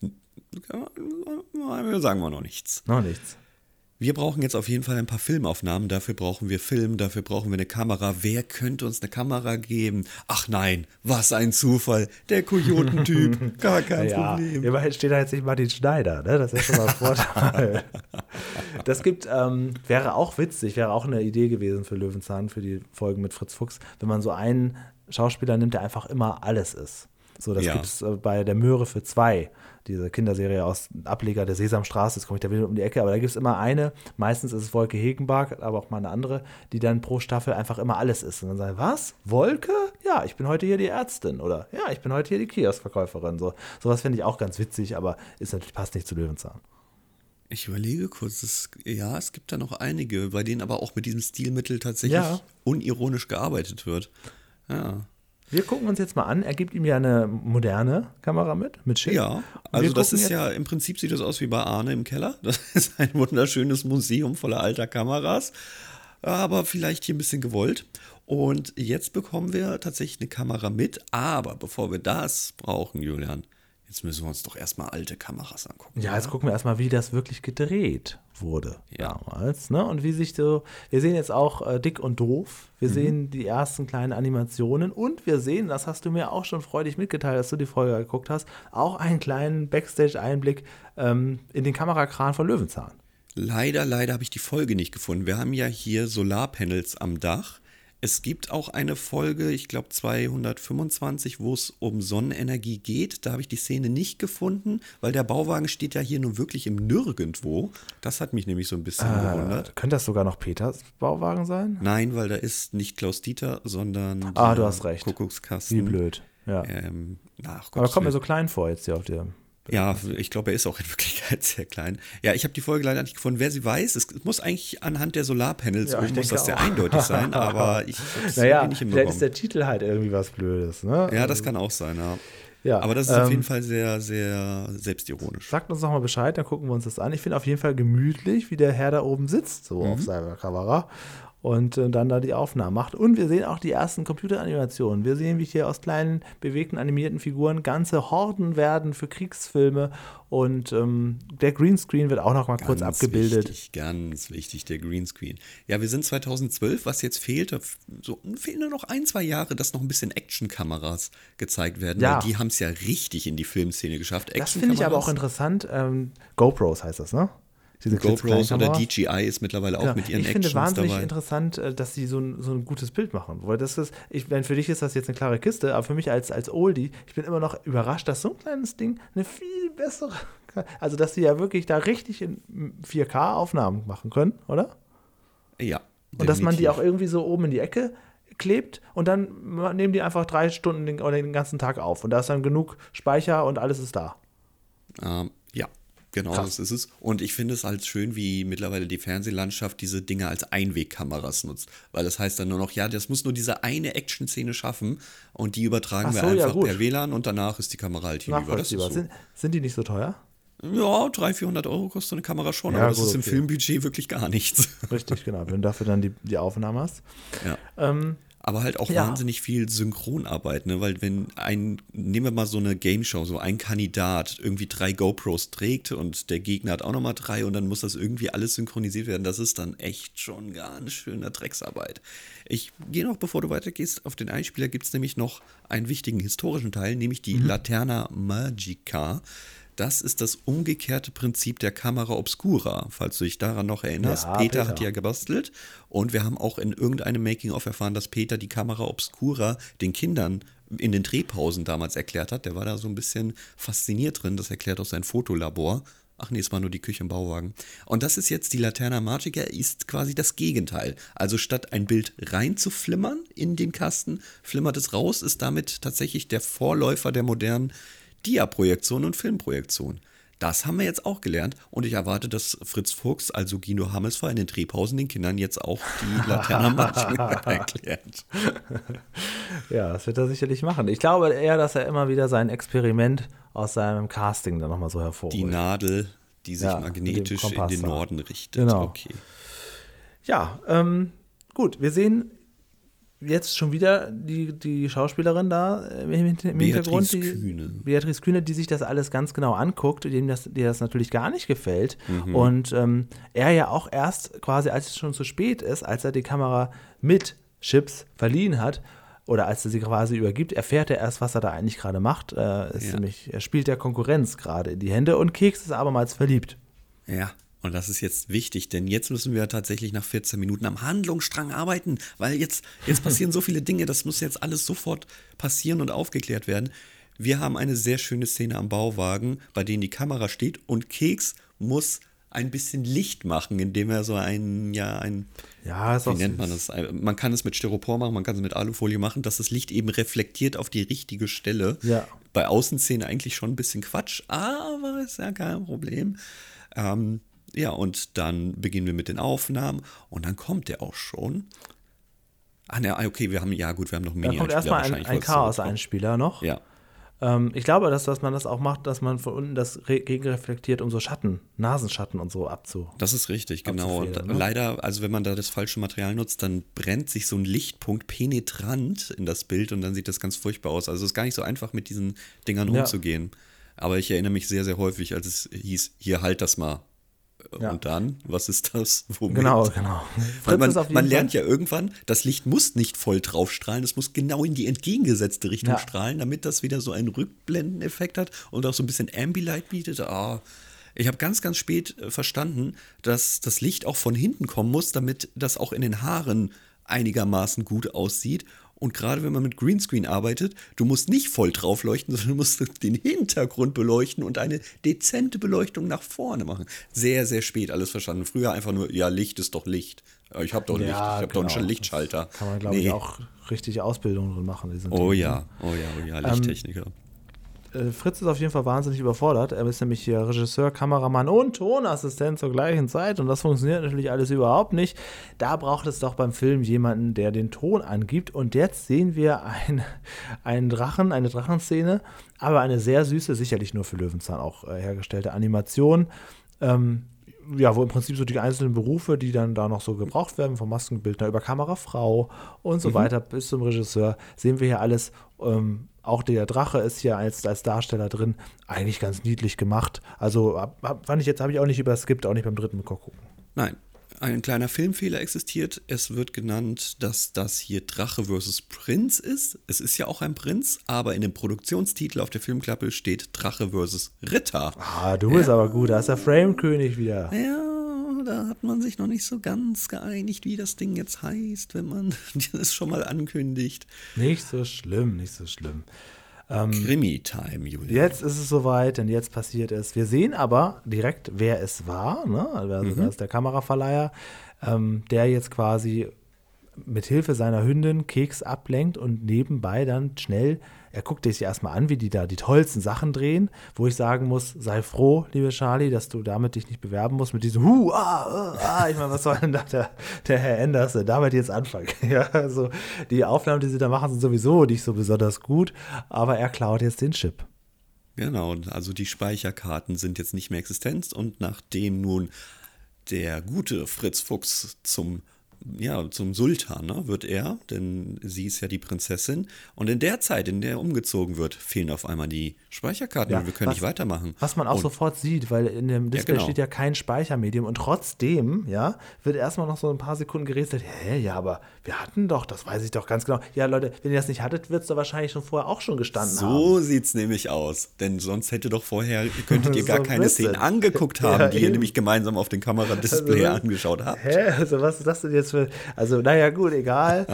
sagen wir noch nichts. Noch nichts. Wir brauchen jetzt auf jeden Fall ein paar Filmaufnahmen. Dafür brauchen wir Film, dafür brauchen wir eine Kamera. Wer könnte uns eine Kamera geben? Ach nein, was ein Zufall. Der Kojotentyp, gar kein Problem. Immerhin steht da jetzt nicht Martin Schneider, ne? Das ist ja schon mal ein Vorteil. Das wäre auch witzig, wäre auch eine Idee gewesen für Löwenzahn, für die Folgen mit Fritz Fuchs, wenn man so einen Schauspieler nimmt, der einfach immer alles ist. So, das gibt es bei der Möhre für zwei, diese Kinderserie aus Ableger der Sesamstraße, jetzt komme ich da wieder um die Ecke, aber da gibt es immer eine, meistens ist es Wolke Hegenbark, aber auch mal eine andere, die dann pro Staffel einfach immer alles ist. Und dann sagen, was? Wolke? Ja, ich bin heute hier die Ärztin oder ja, ich bin heute hier die Kioskverkäuferin. Sowas finde ich auch ganz witzig, aber passt nicht zu Löwenzahn. Ich überlege kurz, es gibt da noch einige, bei denen aber auch mit diesem Stilmittel tatsächlich unironisch gearbeitet wird. Ja. Wir gucken uns jetzt mal an. Er gibt ihm ja eine moderne Kamera mit Schick. Ja, also das ist ja, im Prinzip sieht das aus wie bei Arne im Keller. Das ist ein wunderschönes Museum voller alter Kameras, aber vielleicht hier ein bisschen gewollt. Und jetzt bekommen wir tatsächlich eine Kamera mit, aber bevor wir das brauchen, Julian, jetzt müssen wir uns doch erstmal alte Kameras angucken. Ja, jetzt gucken wir erstmal, wie das wirklich gedreht wurde damals. Ne? Und wie sich so, wir sehen jetzt auch Dick und Doof, wir sehen die ersten kleinen Animationen und wir sehen, das hast du mir auch schon freudig mitgeteilt, dass du die Folge geguckt hast, auch einen kleinen Backstage-Einblick in den Kamerakran von Löwenzahn. Leider habe ich die Folge nicht gefunden. Wir haben ja hier Solarpanels am Dach. Es gibt auch eine Folge, ich glaube 225, wo es um Sonnenenergie geht. Da habe ich die Szene nicht gefunden, weil der Bauwagen steht ja hier nur wirklich im Nirgendwo. Das hat mich nämlich so ein bisschen gewundert. Könnte das sogar noch Peters Bauwagen sein? Nein, weil da ist nicht Klaus Dieter, sondern du hast recht. Kuckuckskasten. Wie blöd. Ja. Aber kommt mir so klein vor jetzt hier auf der... Ja, ich glaube, er ist auch in Wirklichkeit sehr klein. Ja, ich habe die Folge leider nicht gefunden. Wer sie weiß, es muss eigentlich anhand der Solarpanels, muss das sehr eindeutig sein, aber ich habe es irgendwie nicht hinbekommen. Vielleicht ist der Titel halt irgendwie was Blödes, ne? Ja, das kann auch sein, ja. Aber das ist auf jeden Fall sehr, sehr selbstironisch. Sagt uns noch mal Bescheid, dann gucken wir uns das an. Ich finde auf jeden Fall gemütlich, wie der Herr da oben sitzt, so auf seiner Kamera. Und dann da die Aufnahmen macht. Und wir sehen auch die ersten Computeranimationen. Wir sehen, wie hier aus kleinen, bewegten, animierten Figuren ganze Horden werden für Kriegsfilme. Und der Greenscreen wird auch noch mal kurz abgebildet. Ganz wichtig, der Greenscreen. Ja, wir sind 2012, was jetzt fehlt, fehlen nur noch 1-2 Jahre, dass noch ein bisschen Actionkameras gezeigt werden. Ja. Weil die haben es ja richtig in die Filmszene geschafft. Das finde ich aber auch interessant. GoPros heißt das, ne? Diese GoPros oder DJI ist mittlerweile auch mit ihren Actions dabei. Ich finde wahnsinnig interessant, dass sie so ein gutes Bild machen. Weil das ist, für dich ist das jetzt eine klare Kiste, aber für mich als Oldie, ich bin immer noch überrascht, dass so ein kleines Ding eine viel bessere, also dass sie ja wirklich da richtig in 4K Aufnahmen machen können, oder? Ja. Und dass man die auch irgendwie so oben in die Ecke klebt und dann nehmen die einfach 3 Stunden oder den ganzen Tag auf. Und da ist dann genug Speicher und alles ist da. Ja. Genau, das ist es. Und ich finde es halt schön, wie mittlerweile die Fernsehlandschaft diese Dinge als Einwegkameras nutzt. Weil das heißt dann nur noch, das muss nur diese eine Action-Szene schaffen und die übertragen wir einfach per WLAN und danach ist die Kamera halt hinüber. Das ist so. Sind die nicht so teuer? Ja, 300-400 € kostet so eine Kamera schon, aber das ist im Filmbudget wirklich gar nichts. Richtig, genau. Wenn du dafür dann die Aufnahme hast. Ja. Aber halt auch wahnsinnig viel Synchronarbeit, ne? Weil nehmen wir mal so eine Gameshow, so ein Kandidat irgendwie 3 GoPros trägt und der Gegner hat auch nochmal 3 und dann muss das irgendwie alles synchronisiert werden. Das ist dann echt schon ganz schöne Drecksarbeit. Ich gehe noch, bevor du weitergehst, auf den Einspieler gibt es nämlich noch einen wichtigen historischen Teil, nämlich die Laterna Magica. Das ist das umgekehrte Prinzip der Camera Obscura, falls du dich daran noch erinnerst. Ja, Peter hat die ja gebastelt und wir haben auch in irgendeinem Making-of erfahren, dass Peter die Camera Obscura den Kindern in den Drehpausen damals erklärt hat. Der war da so ein bisschen fasziniert drin, das erklärt auch sein Fotolabor. Ach nee, es war nur die Küche im Bauwagen. Und das ist jetzt die Laterna Magica, ist quasi das Gegenteil. Also statt ein Bild reinzuflimmern in den Kasten, flimmert es raus, ist damit tatsächlich der Vorläufer der modernen Dia-Projektion und Filmprojektion. Das haben wir jetzt auch gelernt und ich erwarte, dass Fritz Fuchs, also Guido Hammesfahr, in den Drehpausen den Kindern jetzt auch die Laterna Magica erklärt. Ja, das wird er sicherlich machen. Ich glaube eher, dass er immer wieder sein Experiment aus seinem Casting dann nochmal so hervorholt. Die Nadel, die sich Ja, magnetisch mit dem in den Kompass da. Norden richtet. Genau. Okay. Ja, gut, wir sehen jetzt schon wieder die Schauspielerin da im Hintergrund. Beatrice Kühne, die sich das alles ganz genau anguckt, dem das natürlich gar nicht gefällt. Und er ja auch erst quasi, als es schon zu spät ist, als er die Kamera mit Chips verliehen hat, oder als er sie quasi übergibt, erfährt er erst, was er da eigentlich gerade macht. Nämlich, er spielt der Konkurrenz gerade in die Hände und Keks ist abermals verliebt. Ja, und das ist jetzt wichtig, denn jetzt müssen wir tatsächlich nach 14 Minuten am Handlungsstrang arbeiten, weil jetzt passieren so viele Dinge, das muss jetzt alles sofort passieren und aufgeklärt werden. Wir haben eine sehr schöne Szene am Bauwagen, bei denen die Kamera steht und Keks muss ein bisschen Licht machen, indem er so wie nennt man das? Man kann es mit Styropor machen, man kann es mit Alufolie machen, dass das Licht eben reflektiert auf die richtige Stelle. Ja. Bei Außenszene eigentlich schon ein bisschen Quatsch, aber ist ja kein Problem. Ja, und dann beginnen wir mit den Aufnahmen und dann kommt der auch schon. Okay, wir haben noch einen Da kommt erstmal ein Chaos-Einspieler noch. Ja. Ich glaube, dass man das auch macht, dass man von unten das gegenreflektiert, um so Nasenschatten und so Das ist richtig, genau. Und ne? leider, also wenn man da das falsche Material nutzt, dann brennt sich so ein Lichtpunkt penetrant in das Bild und dann sieht das ganz furchtbar aus. Also es ist gar nicht so einfach, mit diesen Dingern umzugehen. Aber ich erinnere mich sehr, sehr häufig, als es hieß, hier, halt das mal. Ja. Und dann, was ist das? Womit? Genau. Man lernt ja irgendwann, das Licht muss nicht voll drauf strahlen, es muss genau in die entgegengesetzte Richtung strahlen, damit das wieder so einen Rückblendeneffekt hat und auch so ein bisschen Ambilight bietet. Ich habe ganz, ganz spät verstanden, dass das Licht auch von hinten kommen muss, damit das auch in den Haaren einigermaßen gut aussieht. Und gerade wenn man mit Greenscreen arbeitet, du musst nicht voll drauf leuchten, sondern du musst den Hintergrund beleuchten und eine dezente Beleuchtung nach vorne machen. Sehr, sehr spät alles verstanden. Früher einfach nur, ja, Licht ist doch Licht. Ich habe doch Licht, ich habe doch einen Lichtschalter. Das kann man, glaube ich, auch richtig Ausbildung drin machen. Oh ja, Lichttechniker. Fritz ist auf jeden Fall wahnsinnig überfordert. Er ist nämlich hier Regisseur, Kameramann und Tonassistent zur gleichen Zeit und das funktioniert natürlich alles überhaupt nicht. Da braucht es doch beim Film jemanden, der den Ton angibt und jetzt sehen wir einen Drachen, eine Drachenszene, aber eine sehr süße, sicherlich nur für Löwenzahn auch hergestellte Animation, wo im Prinzip so die einzelnen Berufe, die dann da noch so gebraucht werden, vom Maskenbildner über Kamerafrau und so weiter bis zum Regisseur, sehen wir hier alles. Auch der Drache ist hier als Darsteller drin, eigentlich ganz niedlich gemacht. Also habe ich auch nicht überskippt, auch nicht beim dritten Mal gucken. Nein, ein kleiner Filmfehler existiert. Es wird genannt, dass das hier Drache vs. Prinz ist. Es ist ja auch ein Prinz, aber in dem Produktionstitel auf der Filmklappe steht Drache vs. Ritter. Du bist aber gut, da ist der Frame-König wieder. Ja, da hat man sich noch nicht so ganz geeinigt, wie das Ding jetzt heißt, wenn man das schon mal ankündigt. Nicht so schlimm. Krimi-Time, Julian. Jetzt ist es soweit, denn jetzt passiert es. Wir sehen aber direkt, wer es war. Ne? Also da ist der Kameraverleiher, der jetzt quasi mit Hilfe seiner Hündin Keks ablenkt und nebenbei dann schnell, er guckt sich erstmal an, wie die da die tollsten Sachen drehen, wo ich sagen muss, sei froh, liebe Charlie, dass du damit dich nicht bewerben musst, mit diesem ich meine, was soll denn da der Herr Anderson damit jetzt anfangen? Ja, also die Aufnahmen, die sie da machen, sind sowieso nicht so besonders gut, aber er klaut jetzt den Chip. Genau, also die Speicherkarten sind jetzt nicht mehr existent und nachdem nun der gute Fritz Fuchs zum Sultan, ne, wird er, denn sie ist ja die Prinzessin. Und in der Zeit, in der umgezogen wird, fehlen auf einmal die Speicherkarten und wir können nicht weitermachen. Was man auch sofort sieht, weil in dem Display steht ja kein Speichermedium und trotzdem, wird erstmal noch so ein paar Sekunden gerätselt. Aber wir hatten doch, das weiß ich doch ganz genau. Ja, Leute, wenn ihr das nicht hattet, wird es doch wahrscheinlich schon vorher auch schon gestanden haben. So sieht's nämlich aus, denn sonst könntet ihr gar keine Szenen angeguckt haben, die ihr nämlich gemeinsam auf dem Kameradisplay angeschaut habt. Also was ist das denn jetzt für, naja gut, egal.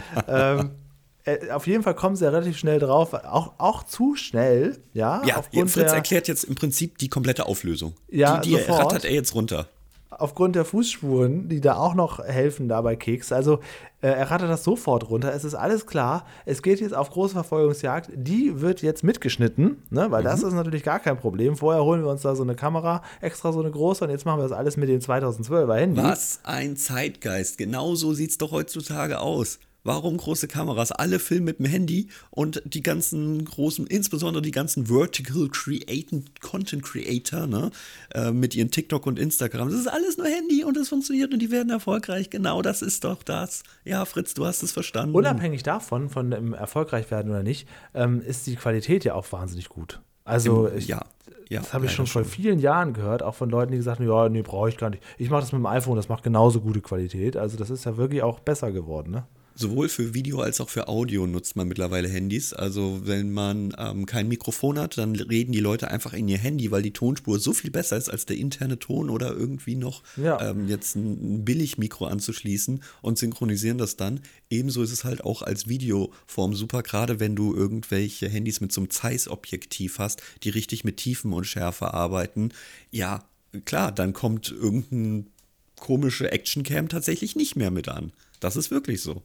Auf jeden Fall kommen sie ja relativ schnell drauf, auch zu schnell, Fritz erklärt jetzt im Prinzip die komplette Auflösung. Ja, die rattert er jetzt runter. Aufgrund der Fußspuren, die da auch noch helfen da bei Keks. Also er rattert das sofort runter. Es ist alles klar. Es geht jetzt auf große Verfolgungsjagd. Die wird jetzt mitgeschnitten, ne? Weil das ist natürlich gar kein Problem. Vorher holen wir uns da so eine Kamera, extra so eine große, und jetzt machen wir das alles mit dem 2012er Handy. Was ein Zeitgeist. Genau so sieht es doch heutzutage aus. Warum große Kameras? Alle filmen mit dem Handy und die ganzen großen, insbesondere die ganzen Vertical Content Creator, ne, mit ihren TikTok und Instagram. Das ist alles nur Handy und es funktioniert und die werden erfolgreich. Genau, das ist doch das. Ja, Fritz, du hast es verstanden. Unabhängig davon, von dem erfolgreich werden oder nicht, ist die Qualität ja auch wahnsinnig gut. Also das habe ich schon vor vielen Jahren gehört, auch von Leuten, die gesagt haben, ja, nee, brauche ich gar nicht. Ich mache das mit dem iPhone, das macht genauso gute Qualität. Also das ist ja wirklich auch besser geworden, ne? Sowohl für Video als auch für Audio nutzt man mittlerweile Handys. Also wenn man kein Mikrofon hat, dann reden die Leute einfach in ihr Handy, weil die Tonspur so viel besser ist als der interne Ton oder irgendwie noch jetzt ein Billigmikro anzuschließen und synchronisieren das dann. Ebenso ist es halt auch als Videoform super, gerade wenn du irgendwelche Handys mit so einem Zeiss-Objektiv hast, die richtig mit Tiefen und Schärfe arbeiten. Ja, klar, dann kommt irgendeine komische Actioncam tatsächlich nicht mehr mit an. Das ist wirklich so.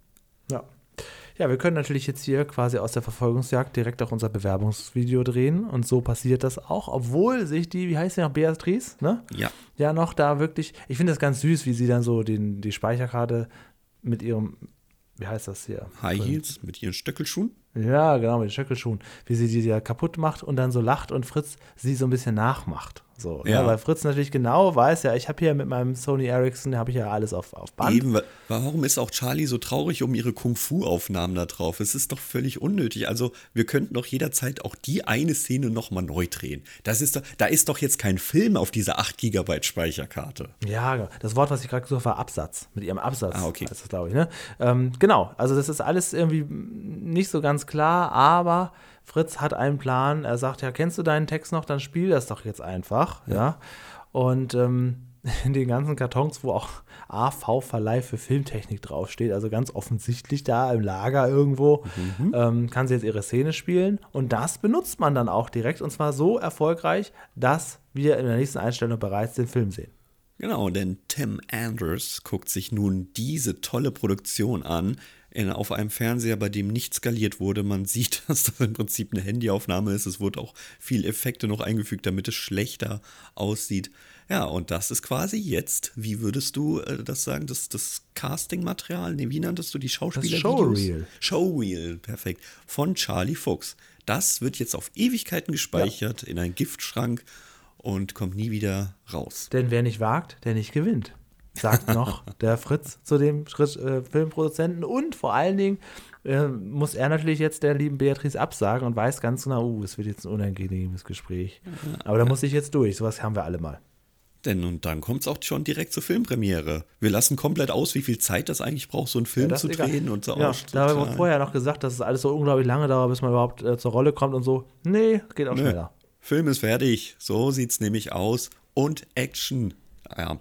Ja, wir können natürlich jetzt hier quasi aus der Verfolgungsjagd direkt auch unser Bewerbungsvideo drehen und so passiert das auch, obwohl sich die, wie heißt sie noch, Beatrice, ne? Ja, noch da wirklich, ich finde das ganz süß, wie sie dann so die Speicherkarte mit ihrem, wie heißt das hier? High Heels mit ihren Stöckelschuhen? Ja, genau, mit den Stöckelschuhen, wie sie die ja kaputt macht und dann so lacht und Fritz sie so ein bisschen nachmacht. So, ja. Weil Fritz natürlich genau weiß, ja, ich habe hier mit meinem Sony Ericsson, habe ich ja alles auf Band. Eben, warum ist auch Charlie so traurig um ihre Kung-Fu-Aufnahmen da drauf? Es ist doch völlig unnötig. Also wir könnten doch jederzeit auch die eine Szene nochmal neu drehen. Da ist doch jetzt kein Film auf dieser 8 GB Speicherkarte. Ja, das Wort, was ich gerade gesucht habe, war Absatz. Mit ihrem Absatz okay. heißt das, glaube ich. Ne? Genau, also das ist alles irgendwie nicht so ganz klar, aber Fritz hat einen Plan. Er sagt, ja, kennst du deinen Text noch? Dann spiel das doch jetzt einfach. Ja. Und in den ganzen Kartons, wo auch AV Verleih für Filmtechnik draufsteht, also ganz offensichtlich da im Lager irgendwo, kann sie jetzt ihre Szene spielen. Und das benutzt man dann auch direkt. Und zwar so erfolgreich, dass wir in der nächsten Einstellung bereits den Film sehen. Genau, denn Tim Anders guckt sich nun diese tolle Produktion an, auf einem Fernseher, bei dem nicht skaliert wurde. Man sieht, dass das im Prinzip eine Handyaufnahme ist. Es wurde auch viel Effekte noch eingefügt, damit es schlechter aussieht. Ja, und das ist quasi jetzt, wie würdest du das sagen, das Casting-Material, nee, wie nanntest du die Schauspieler-Videos? Showreel. Showreel, perfekt, von Charlie Fuchs. Das wird jetzt auf Ewigkeiten gespeichert in einen Giftschrank und kommt nie wieder raus. Denn wer nicht wagt, der nicht gewinnt, sagt noch der Fritz zu dem Filmproduzenten. Und vor allen Dingen muss er natürlich jetzt der lieben Beatrice absagen und weiß ganz genau, es wird jetzt ein unangenehmes Gespräch. Aber da muss ich jetzt durch. Sowas haben wir alle mal. Und dann kommt es auch schon direkt zur Filmpremiere. Wir lassen komplett aus, wie viel Zeit das eigentlich braucht, so einen Film zu drehen und so da haben wir vorher noch gesagt, dass es alles so unglaublich lange dauert, bis man überhaupt zur Rolle kommt und so. Nee, geht auch schneller. Film ist fertig. So sieht's nämlich aus. Und Action. Ja.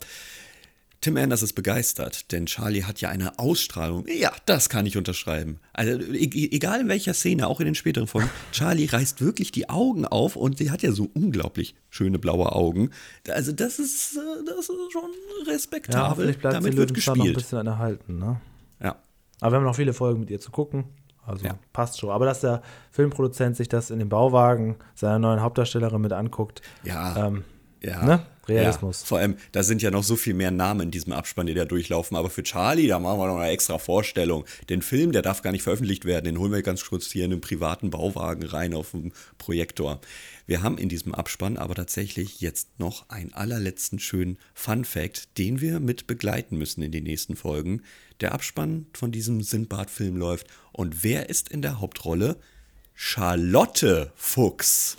Tim Anders ist begeistert, denn Charlie hat ja eine Ausstrahlung. Ja, das kann ich unterschreiben. Also egal in welcher Szene, auch in den späteren Folgen, Charlie reißt wirklich die Augen auf und sie hat ja so unglaublich schöne blaue Augen. Also das ist schon respektabel. Ja, bleibt damit wird gespielt. Noch ein bisschen erhalten, ne? Ja. Aber wir haben noch viele Folgen mit ihr zu gucken. Also passt schon. Aber dass der Filmproduzent sich das in dem Bauwagen seiner neuen Hauptdarstellerin mit anguckt, ne? Realismus. Ja, vor allem, da sind ja noch so viel mehr Namen in diesem Abspann, die da durchlaufen. Aber für Charlie, da machen wir noch eine extra Vorstellung. Den Film, der darf gar nicht veröffentlicht werden. Den holen wir ganz kurz hier in einen privaten Bauwagen rein auf dem Projektor. Wir haben in diesem Abspann aber tatsächlich jetzt noch einen allerletzten schönen Fun-Fact, den wir mit begleiten müssen in den nächsten Folgen. Der Abspann von diesem Sindbad-Film läuft. Und wer ist in der Hauptrolle? Charlotte Fuchs.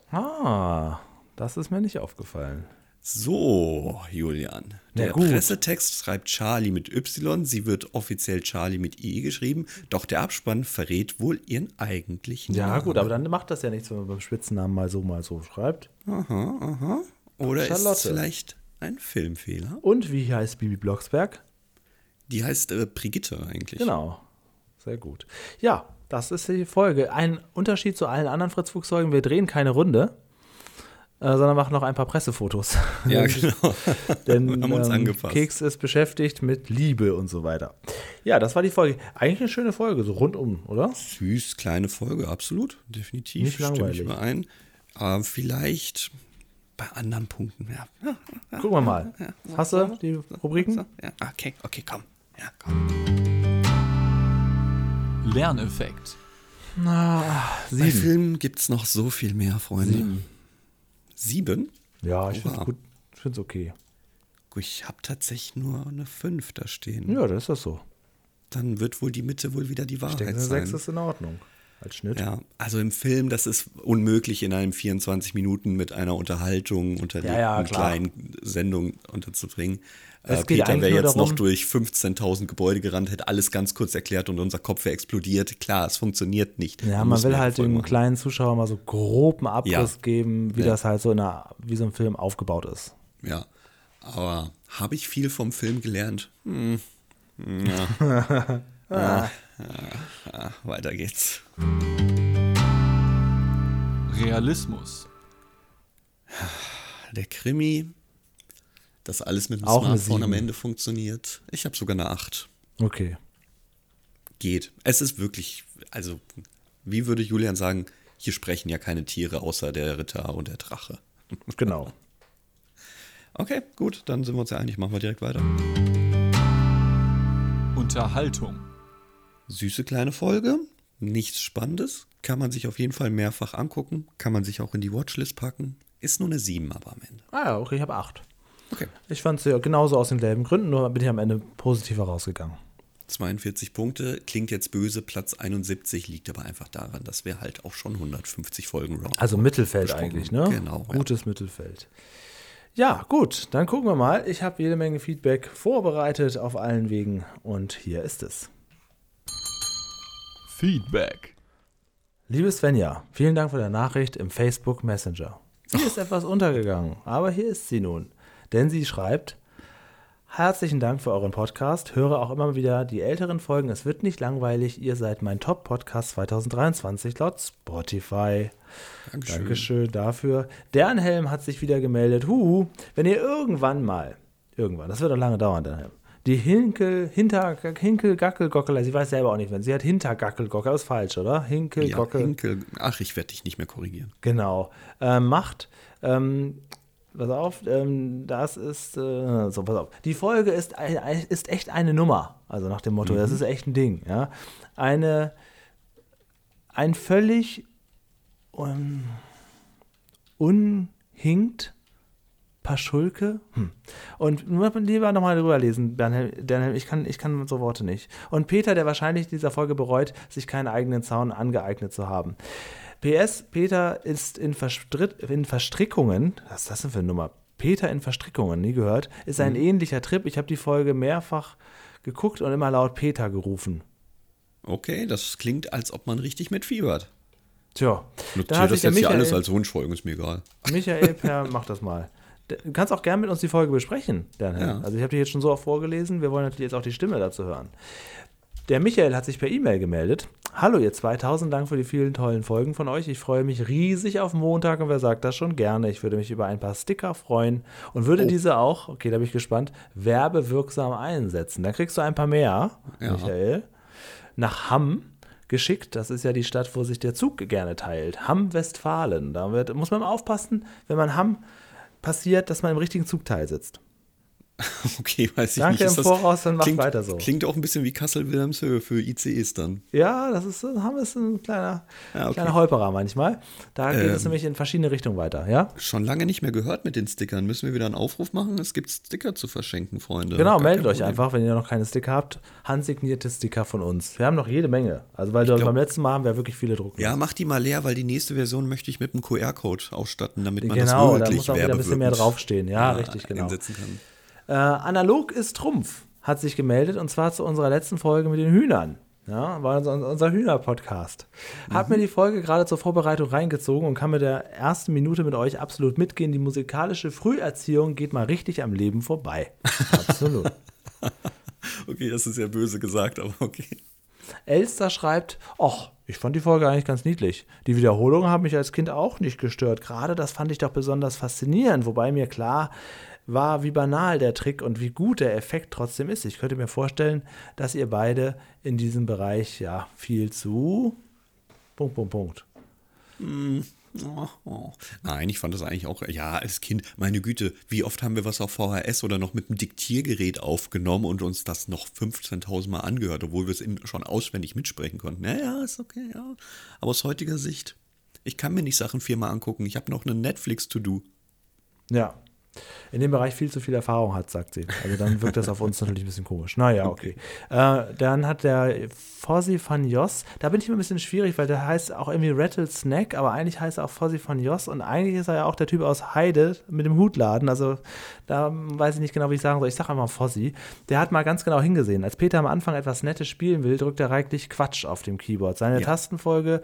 Das ist mir nicht aufgefallen. So, Julian. Der Pressetext schreibt Charlie mit Y, sie wird offiziell Charlie mit I geschrieben, doch der Abspann verrät wohl ihren eigentlichen Namen. Ja gut, aber dann macht das ja nichts, wenn man beim Spitzennamen mal so schreibt. Aha. Oder Charlotte. Ist es vielleicht ein Filmfehler? Und wie heißt Bibi Blocksberg? Die heißt Brigitte eigentlich. Genau, sehr gut. Ja, das ist die Folge. Ein Unterschied zu allen anderen Fritz-Fuchs-Folgen, wir drehen keine Runde. Sondern machen noch ein paar Pressefotos. Ja, genau. Denn wir haben uns angepasst. Keks ist beschäftigt mit Liebe und so weiter. Ja, das war die Folge. Eigentlich eine schöne Folge, so rundum, oder? Süß, kleine Folge, absolut. Definitiv. Nicht langweilig. Stimme ich überein. Vielleicht bei anderen Punkten. Ja. Gucken wir mal. Hast du die Rubriken? Ja. Okay, komm. Ja, komm. Lerneffekt. Na, Bei 7. Filmen gibt es noch so viel mehr, Freunde. 7? Ja, ich finde Oha. es gut. Ich finde es okay. Ich habe tatsächlich nur eine 5 da stehen. Ja, das ist das so. Dann wird wohl die Mitte wohl wieder die Ich Wahrheit denke, eine sein. 6 ist in Ordnung. Als Schnitt. Ja, also im Film, das ist unmöglich in einem 24 Minuten mit einer Unterhaltung unter Ja, einer klar. kleinen Sendung unterzubringen. Es geht Peter eigentlich wäre nur jetzt darum- noch durch 15.000 Gebäude gerannt, hätte alles ganz kurz erklärt und unser Kopf wäre explodiert. Klar, es funktioniert nicht. Ja, Man man muss will mehr halt Folgen dem machen. kleinen Zuschauer mal so groben Abriss Ja. geben, wie Ja. das halt so wie so ein Film aufgebaut ist. Ja, aber habe ich viel vom Film gelernt? Weiter geht's. Realismus. Der Krimi, dass alles mit dem Auch eine Smartphone am 7. Ende funktioniert. Ich habe sogar eine 8. Okay. Geht. Es ist wirklich, also, wie würde Julian sagen, hier sprechen ja keine Tiere außer der Ritter und der Drache. Genau. Okay, gut, dann sind wir uns ja einig. Machen wir direkt weiter. Unterhaltung. Süße kleine Folge, nichts Spannendes. Kann man sich auf jeden Fall mehrfach angucken. Kann man sich auch in die Watchlist packen. Ist nur eine 7 aber am Ende. Ah ja, okay, ich habe 8. Okay. Ich fand es ja genauso aus denselben Gründen, nur bin ich am Ende positiver rausgegangen. 42 Punkte, klingt jetzt böse, Platz 71 liegt aber einfach daran, dass wir halt auch schon 150 Folgen round. Also Mittelfeld besprochen. eigentlich, ne? Genau, ja. Gutes Mittelfeld. Ja, gut, dann gucken wir mal. Ich habe jede Menge Feedback vorbereitet auf allen Wegen und hier ist es. Feedback. Liebe Svenja, vielen Dank für deine Nachricht im Facebook Messenger. Sie ist etwas untergegangen, aber hier ist sie nun. Denn sie schreibt: Herzlichen Dank für euren Podcast. Höre auch immer wieder die älteren Folgen. Es wird nicht langweilig. Ihr seid mein Top-Podcast 2023 laut Spotify. Dankeschön dafür. Dernhelm hat sich wieder gemeldet. Wenn ihr irgendwann, das wird doch lange dauern, Dernhelm, die Hinkel-Gackel-Gockel, sie weiß selber auch nicht, wenn sie hat Hintergackel-Gockel, ist falsch, oder? Hinkel-Gockel. Hinkel. Ach, ich werde dich nicht mehr korrigieren. Genau. Macht, pass auf, das ist, pass auf. Die Folge ist echt eine Nummer. Also nach dem Motto, das ist echt ein Ding. Ja? Ein völlig unhinkt Paschulke. Und nur lieber nochmal drüber lesen, Bernhard, ich kann so Worte nicht. Und Peter, der wahrscheinlich in dieser Folge bereut, sich keinen eigenen Zaun angeeignet zu haben. PS, Peter ist in Verstrickungen, was ist das denn für eine Nummer? Peter in Verstrickungen, nie gehört, ist ein ähnlicher Trip. Ich habe die Folge mehrfach geguckt und immer laut Peter gerufen. Okay, das klingt, als ob man richtig mitfiebert. Tja, dann Notiere hat das sich der jetzt hier Michael, alles als Wunschfolgen, ist mir egal. Michael Per, mach das mal. Du kannst auch gerne mit uns die Folge besprechen, Daniel. Ja. Also ich habe die jetzt schon so oft vorgelesen, wir wollen natürlich jetzt auch die Stimme dazu hören. Der Michael hat sich per E-Mail gemeldet. Hallo ihr 2000 Dank für die vielen tollen Folgen von euch. Ich freue mich riesig auf Montag und wer sagt das schon gerne. Ich würde mich über ein paar Sticker freuen und würde diese auch, okay, da bin ich gespannt, werbewirksam einsetzen. Da kriegst du ein paar mehr, Ja. Michael, nach Hamm geschickt. Das ist ja die Stadt, wo sich der Zug gerne teilt. Hamm, Westfalen. Da muss man aufpassen, wenn man Hamm passiert, dass man im richtigen Zugteil sitzt. Okay, weiß ich Danke nicht. im Voraus, dann macht klingt, weiter so. Klingt auch ein bisschen wie Kassel-Wilhelmshöhe für ICEs dann. Ja, Hamm ist ein kleiner Holperer manchmal. Da geht es nämlich in verschiedene Richtungen weiter, ja? Schon lange nicht mehr gehört mit den Stickern. Müssen wir wieder einen Aufruf machen? Es gibt Sticker zu verschenken, Freunde. Genau, Gar meldet kein euch Problem. einfach, wenn ihr noch keine Sticker habt. Handsignierte Sticker von uns. Wir haben noch jede Menge. Also, weil beim letzten Mal haben wir wirklich viele drucken. Ja, mach die mal leer, weil die nächste Version möchte ich mit einem QR-Code ausstatten, damit man Genau, das da wirklich muss auch wieder ein bisschen mehr werbewirkend, draufstehen. Ja, richtig, genau. einsetzen kann. Analog ist Trumpf hat sich gemeldet und zwar zu unserer letzten Folge mit den Hühnern. Ja, war unser Hühner-Podcast. Hab mir die Folge gerade zur Vorbereitung reingezogen und kann mit der ersten Minute mit euch absolut mitgehen. Die musikalische Früherziehung geht mal richtig am Leben vorbei. Absolut. Okay, das ist ja böse gesagt, aber okay. Elster schreibt, ach, ich fand die Folge eigentlich ganz niedlich. Die Wiederholungen haben mich als Kind auch nicht gestört. Gerade das fand ich doch besonders faszinierend, wobei mir klar war, wie banal der Trick und wie gut der Effekt trotzdem ist. Ich könnte mir vorstellen, dass ihr beide in diesem Bereich ja viel zu Nein, ich fand das eigentlich auch, ja, als Kind, meine Güte, wie oft haben wir was auf VHS oder noch mit einem Diktiergerät aufgenommen und uns das noch 15.000 Mal angehört, obwohl wir es schon auswendig mitsprechen konnten. Ja, ist okay, ja. Aber aus heutiger Sicht, ich kann mir nicht Sachen 4-mal angucken. Ich habe noch eine Netflix-To-Do. Ja. In dem Bereich viel zu viel Erfahrung hat, sagt sie. Also dann wirkt das auf uns natürlich ein bisschen komisch. Naja, okay. Dann hat der Fossi van Jos, da bin ich mir ein bisschen schwierig, weil der heißt auch irgendwie Rattlesnack, aber eigentlich heißt er auch Fossi van Jos und eigentlich ist er ja auch der Typ aus Heide mit dem Hutladen. Also da weiß ich nicht genau, wie ich sagen soll. Ich sage einfach Fossi. Der hat mal ganz genau hingesehen. Als Peter am Anfang etwas Nettes spielen will, drückt er reichlich Quatsch auf dem Keyboard. Seine Tastenfolge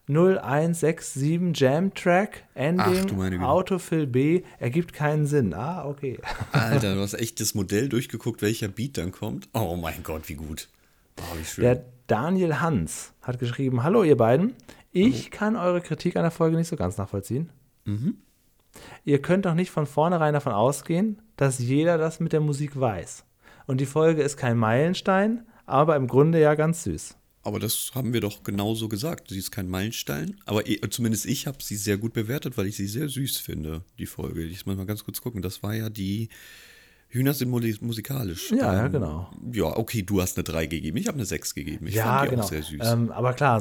0167 Jam Track, Ending, Autofill B, ergibt keinen Sinn. Ah, okay. Alter, du hast echt das Modell durchgeguckt, welcher Beat dann kommt. Oh mein Gott, wie gut. Oh, wie schön. Der Daniel Hans hat geschrieben, hallo ihr beiden, ich kann eure Kritik an der Folge nicht so ganz nachvollziehen. Ihr könnt doch nicht von vornherein davon ausgehen, dass jeder das mit der Musik weiß. Und die Folge ist kein Meilenstein, aber im Grunde ja ganz süß. Aber das haben wir doch genauso gesagt. Sie ist kein Meilenstein. Aber zumindest ich habe sie sehr gut bewertet, weil ich sie sehr süß finde, die Folge. Ich muss mal ganz kurz gucken. Das war ja die Hühner sind musikalisch. Ja, genau. Ja, okay, du hast eine 3 gegeben. Ich habe eine 6 gegeben. Ich ja, fand die genau. auch sehr süß. Aber klar,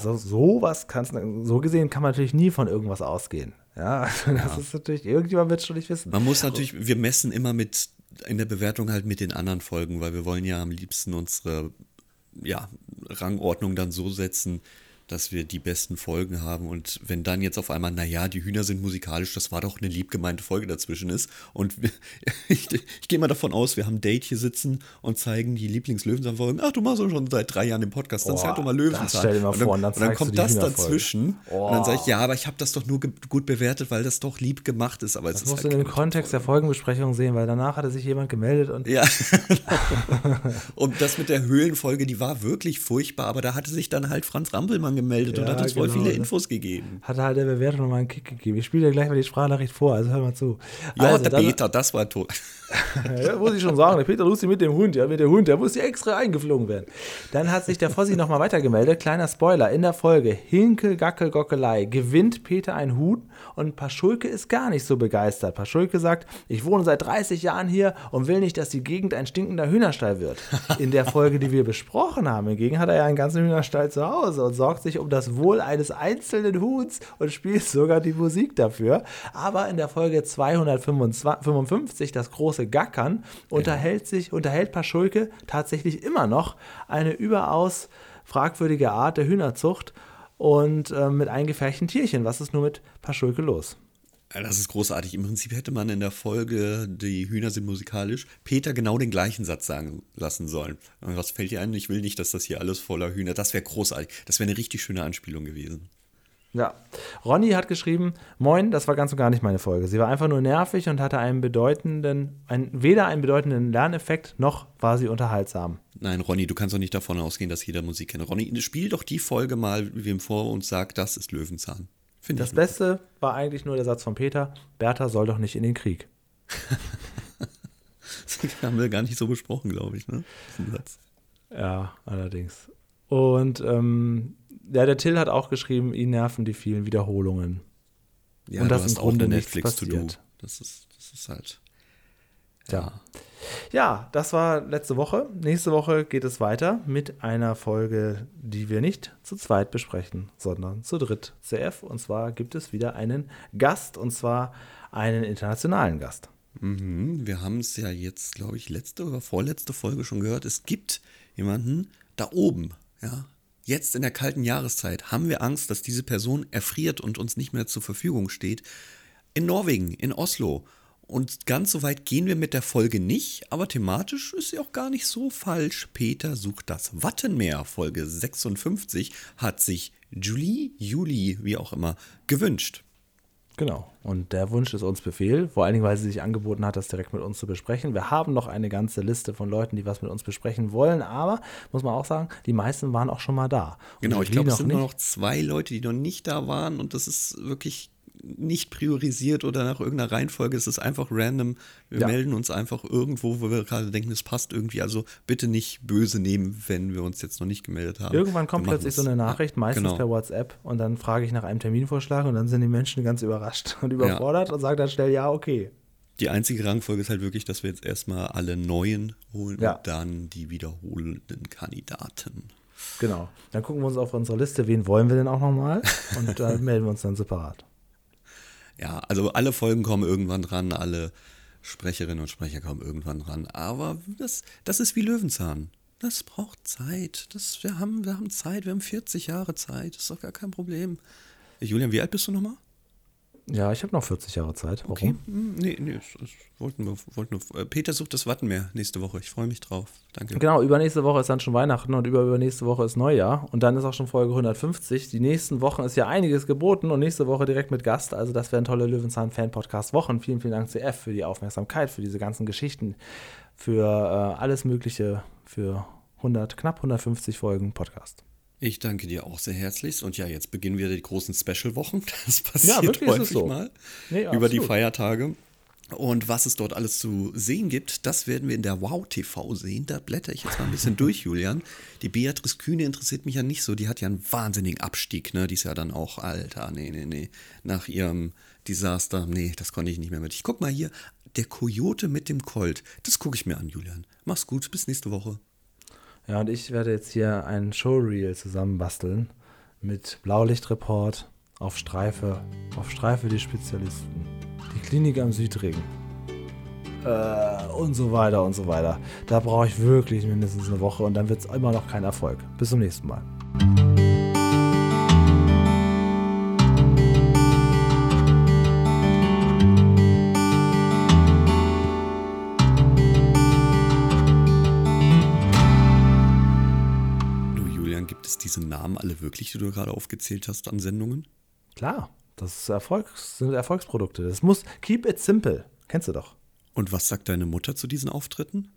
so gesehen kann man natürlich nie von irgendwas ausgehen. Ja, das ist natürlich, irgendjemand wird es schon nicht wissen. Man muss natürlich, wir messen immer in der Bewertung halt mit den anderen Folgen, weil wir wollen ja am liebsten unsere Rangordnung dann so setzen, dass wir die besten Folgen haben und wenn dann jetzt auf einmal, naja, die Hühner sind musikalisch, das war doch eine lieb gemeinte Folge dazwischen ist und ich gehe mal davon aus, wir haben ein Date hier sitzen und zeigen die Lieblings-Löwenzahn-Folgen, ach, du machst doch schon seit 3 Jahren den Podcast, dann zeig doch mal Löwenzahn. Stell dir mal vor, und dann kommt das dazwischen und dann sage ich, ja, aber ich habe das doch nur gut bewertet, weil das doch lieb gemacht ist. Aber das musst du in dem Kontext der Folgenbesprechung sehen, weil danach hatte sich jemand gemeldet und ja. Und das mit der Höhlenfolge, die war wirklich furchtbar, aber da hatte sich dann halt Franz Rampelmann gemeldet und hat uns voll viele Infos gegeben. Hat halt der Bewertung nochmal einen Kick gegeben. Ich spiele dir gleich mal die Sprachnachricht vor, also hör mal zu. Ja, also, der Peter, das war tot. Ja, muss ich schon sagen, der Peter Lucy mit dem Hund, der muss hier extra eingeflogen werden. Dann hat sich der Fossi nochmal weitergemeldet. Kleiner Spoiler, in der Folge Hinkel, Gackel, Gockelei gewinnt Peter ein Huhn und Paschulke ist gar nicht so begeistert. Paschulke sagt, ich wohne seit 30 Jahren hier und will nicht, dass die Gegend ein stinkender Hühnerstall wird. In der Folge, die wir besprochen haben, hingegen hat er ja einen ganzen Hühnerstall zu Hause und sorgt sich um das Wohl eines einzelnen Huhns und spielt sogar die Musik dafür. Aber in der Folge 255, das große Gackern, unterhält Paschulke tatsächlich immer noch eine überaus fragwürdige Art der Hühnerzucht und mit eingefärchten Tierchen. Was ist nur mit Paschulke los? Das ist großartig. Im Prinzip hätte man in der Folge, die Hühner sind musikalisch, Peter genau den gleichen Satz sagen lassen sollen. Und was fällt dir ein? Ich will nicht, dass das hier alles voller Hühner. Das wäre großartig. Das wäre eine richtig schöne Anspielung gewesen. Ja. Ronny hat geschrieben, moin, das war ganz und gar nicht meine Folge. Sie war einfach nur nervig und hatte weder einen bedeutenden Lerneffekt, noch war sie unterhaltsam. Nein, Ronny, du kannst doch nicht davon ausgehen, dass jeder Musik kennt. Ronny, spiel doch die Folge mal, wie wem vor uns sagt, das ist Löwenzahn. Das Beste war eigentlich nur der Satz von Peter, Bertha soll doch nicht in den Krieg. Das haben wir gar nicht so besprochen, glaube ich, ne? Diesen Satz. Ja, allerdings. Und der Till hat auch geschrieben, ihn nerven die vielen Wiederholungen. Ja, und das du hast im Grunde auch eine nichts Netflix-To-Do. passiert. Das ist halt. Ja, das war letzte Woche. Nächste Woche geht es weiter mit einer Folge, die wir nicht zu zweit besprechen, sondern zu dritt CF. Und zwar gibt es wieder einen Gast, und zwar einen internationalen Gast. Wir haben es ja jetzt, glaube ich, letzte oder vorletzte Folge schon gehört. Es gibt jemanden da oben, ja. Jetzt in der kalten Jahreszeit haben wir Angst, dass diese Person erfriert und uns nicht mehr zur Verfügung steht. In Norwegen, in Oslo. Und ganz so weit gehen wir mit der Folge nicht, aber thematisch ist sie auch gar nicht so falsch. Peter sucht das Wattenmeer. Folge 56 hat sich Juli, wie auch immer, gewünscht. Genau, und der Wunsch ist uns Befehl, vor allen Dingen, weil sie sich angeboten hat, das direkt mit uns zu besprechen. Wir haben noch eine ganze Liste von Leuten, die was mit uns besprechen wollen, aber, muss man auch sagen, die meisten waren auch schon mal da. Genau, ich glaube, es sind nur noch 2 Leute, die noch nicht da waren und das ist wirklich nicht priorisiert oder nach irgendeiner Reihenfolge. Es ist einfach random. Wir melden uns einfach irgendwo, wo wir gerade denken, es passt irgendwie. Also bitte nicht böse nehmen, wenn wir uns jetzt noch nicht gemeldet haben. Irgendwann kommt plötzlich so eine Nachricht, meistens per WhatsApp, und dann frage ich nach einem Terminvorschlag und dann sind die Menschen ganz überrascht und überfordert und sagen dann schnell, ja, okay. Die einzige Rangfolge ist halt wirklich, dass wir jetzt erstmal alle Neuen holen und dann die wiederholenden Kandidaten. Genau. Dann gucken wir uns auf unsere Liste, wen wollen wir denn auch nochmal? Und da melden wir uns dann separat. Ja, also alle Folgen kommen irgendwann dran, alle Sprecherinnen und Sprecher kommen irgendwann dran. Aber das ist wie Löwenzahn. Das braucht Zeit. Wir haben Zeit, wir haben 40 Jahre Zeit. Das ist doch gar kein Problem. Julian, wie alt bist du nochmal? Ja, ich habe noch 40 Jahre Zeit. Warum? Okay. Nee, wollten nur. Peter sucht das Wattenmeer nächste Woche. Ich freue mich drauf. Danke. Genau, übernächste Woche ist dann schon Weihnachten und übernächste Woche ist Neujahr. Und dann ist auch schon Folge 150. Die nächsten Wochen ist ja einiges geboten und nächste Woche direkt mit Gast. Also das wären tolle Löwenzahn-Fan-Podcast-Wochen. Vielen, vielen Dank CF für die Aufmerksamkeit, für diese ganzen Geschichten, für alles Mögliche, für knapp 150 Folgen Podcast. Ich danke dir auch sehr herzlichst. Und ja, jetzt beginnen wieder die großen Special-Wochen. Das passiert häufig mal über die Feiertage. Und was es dort alles zu sehen gibt, das werden wir in der Wow TV sehen. Da blätter ich jetzt mal ein bisschen durch, Julian. Die Beatrice Kühne interessiert mich ja nicht so. Die hat ja einen wahnsinnigen Abstieg, ne? Die ist ja dann auch, Alter, nee. Nach ihrem Desaster, nee, das konnte ich nicht mehr mit. Ich guck mal hier, der Coyote mit dem Colt. Das gucke ich mir an, Julian. Mach's gut, bis nächste Woche. Ja, und ich werde jetzt hier ein Showreel zusammenbasteln mit Blaulichtreport auf Streife die Spezialisten, die Klinik am Südring und so weiter und so weiter. Da brauche ich wirklich mindestens eine Woche und dann wird es immer noch kein Erfolg. Bis zum nächsten Mal. Diese Namen alle wirklich, die du gerade aufgezählt hast an Sendungen? Klar, das sind Erfolgsprodukte. Das muss Keep It Simple. Kennst du doch. Und was sagt deine Mutter zu diesen Auftritten?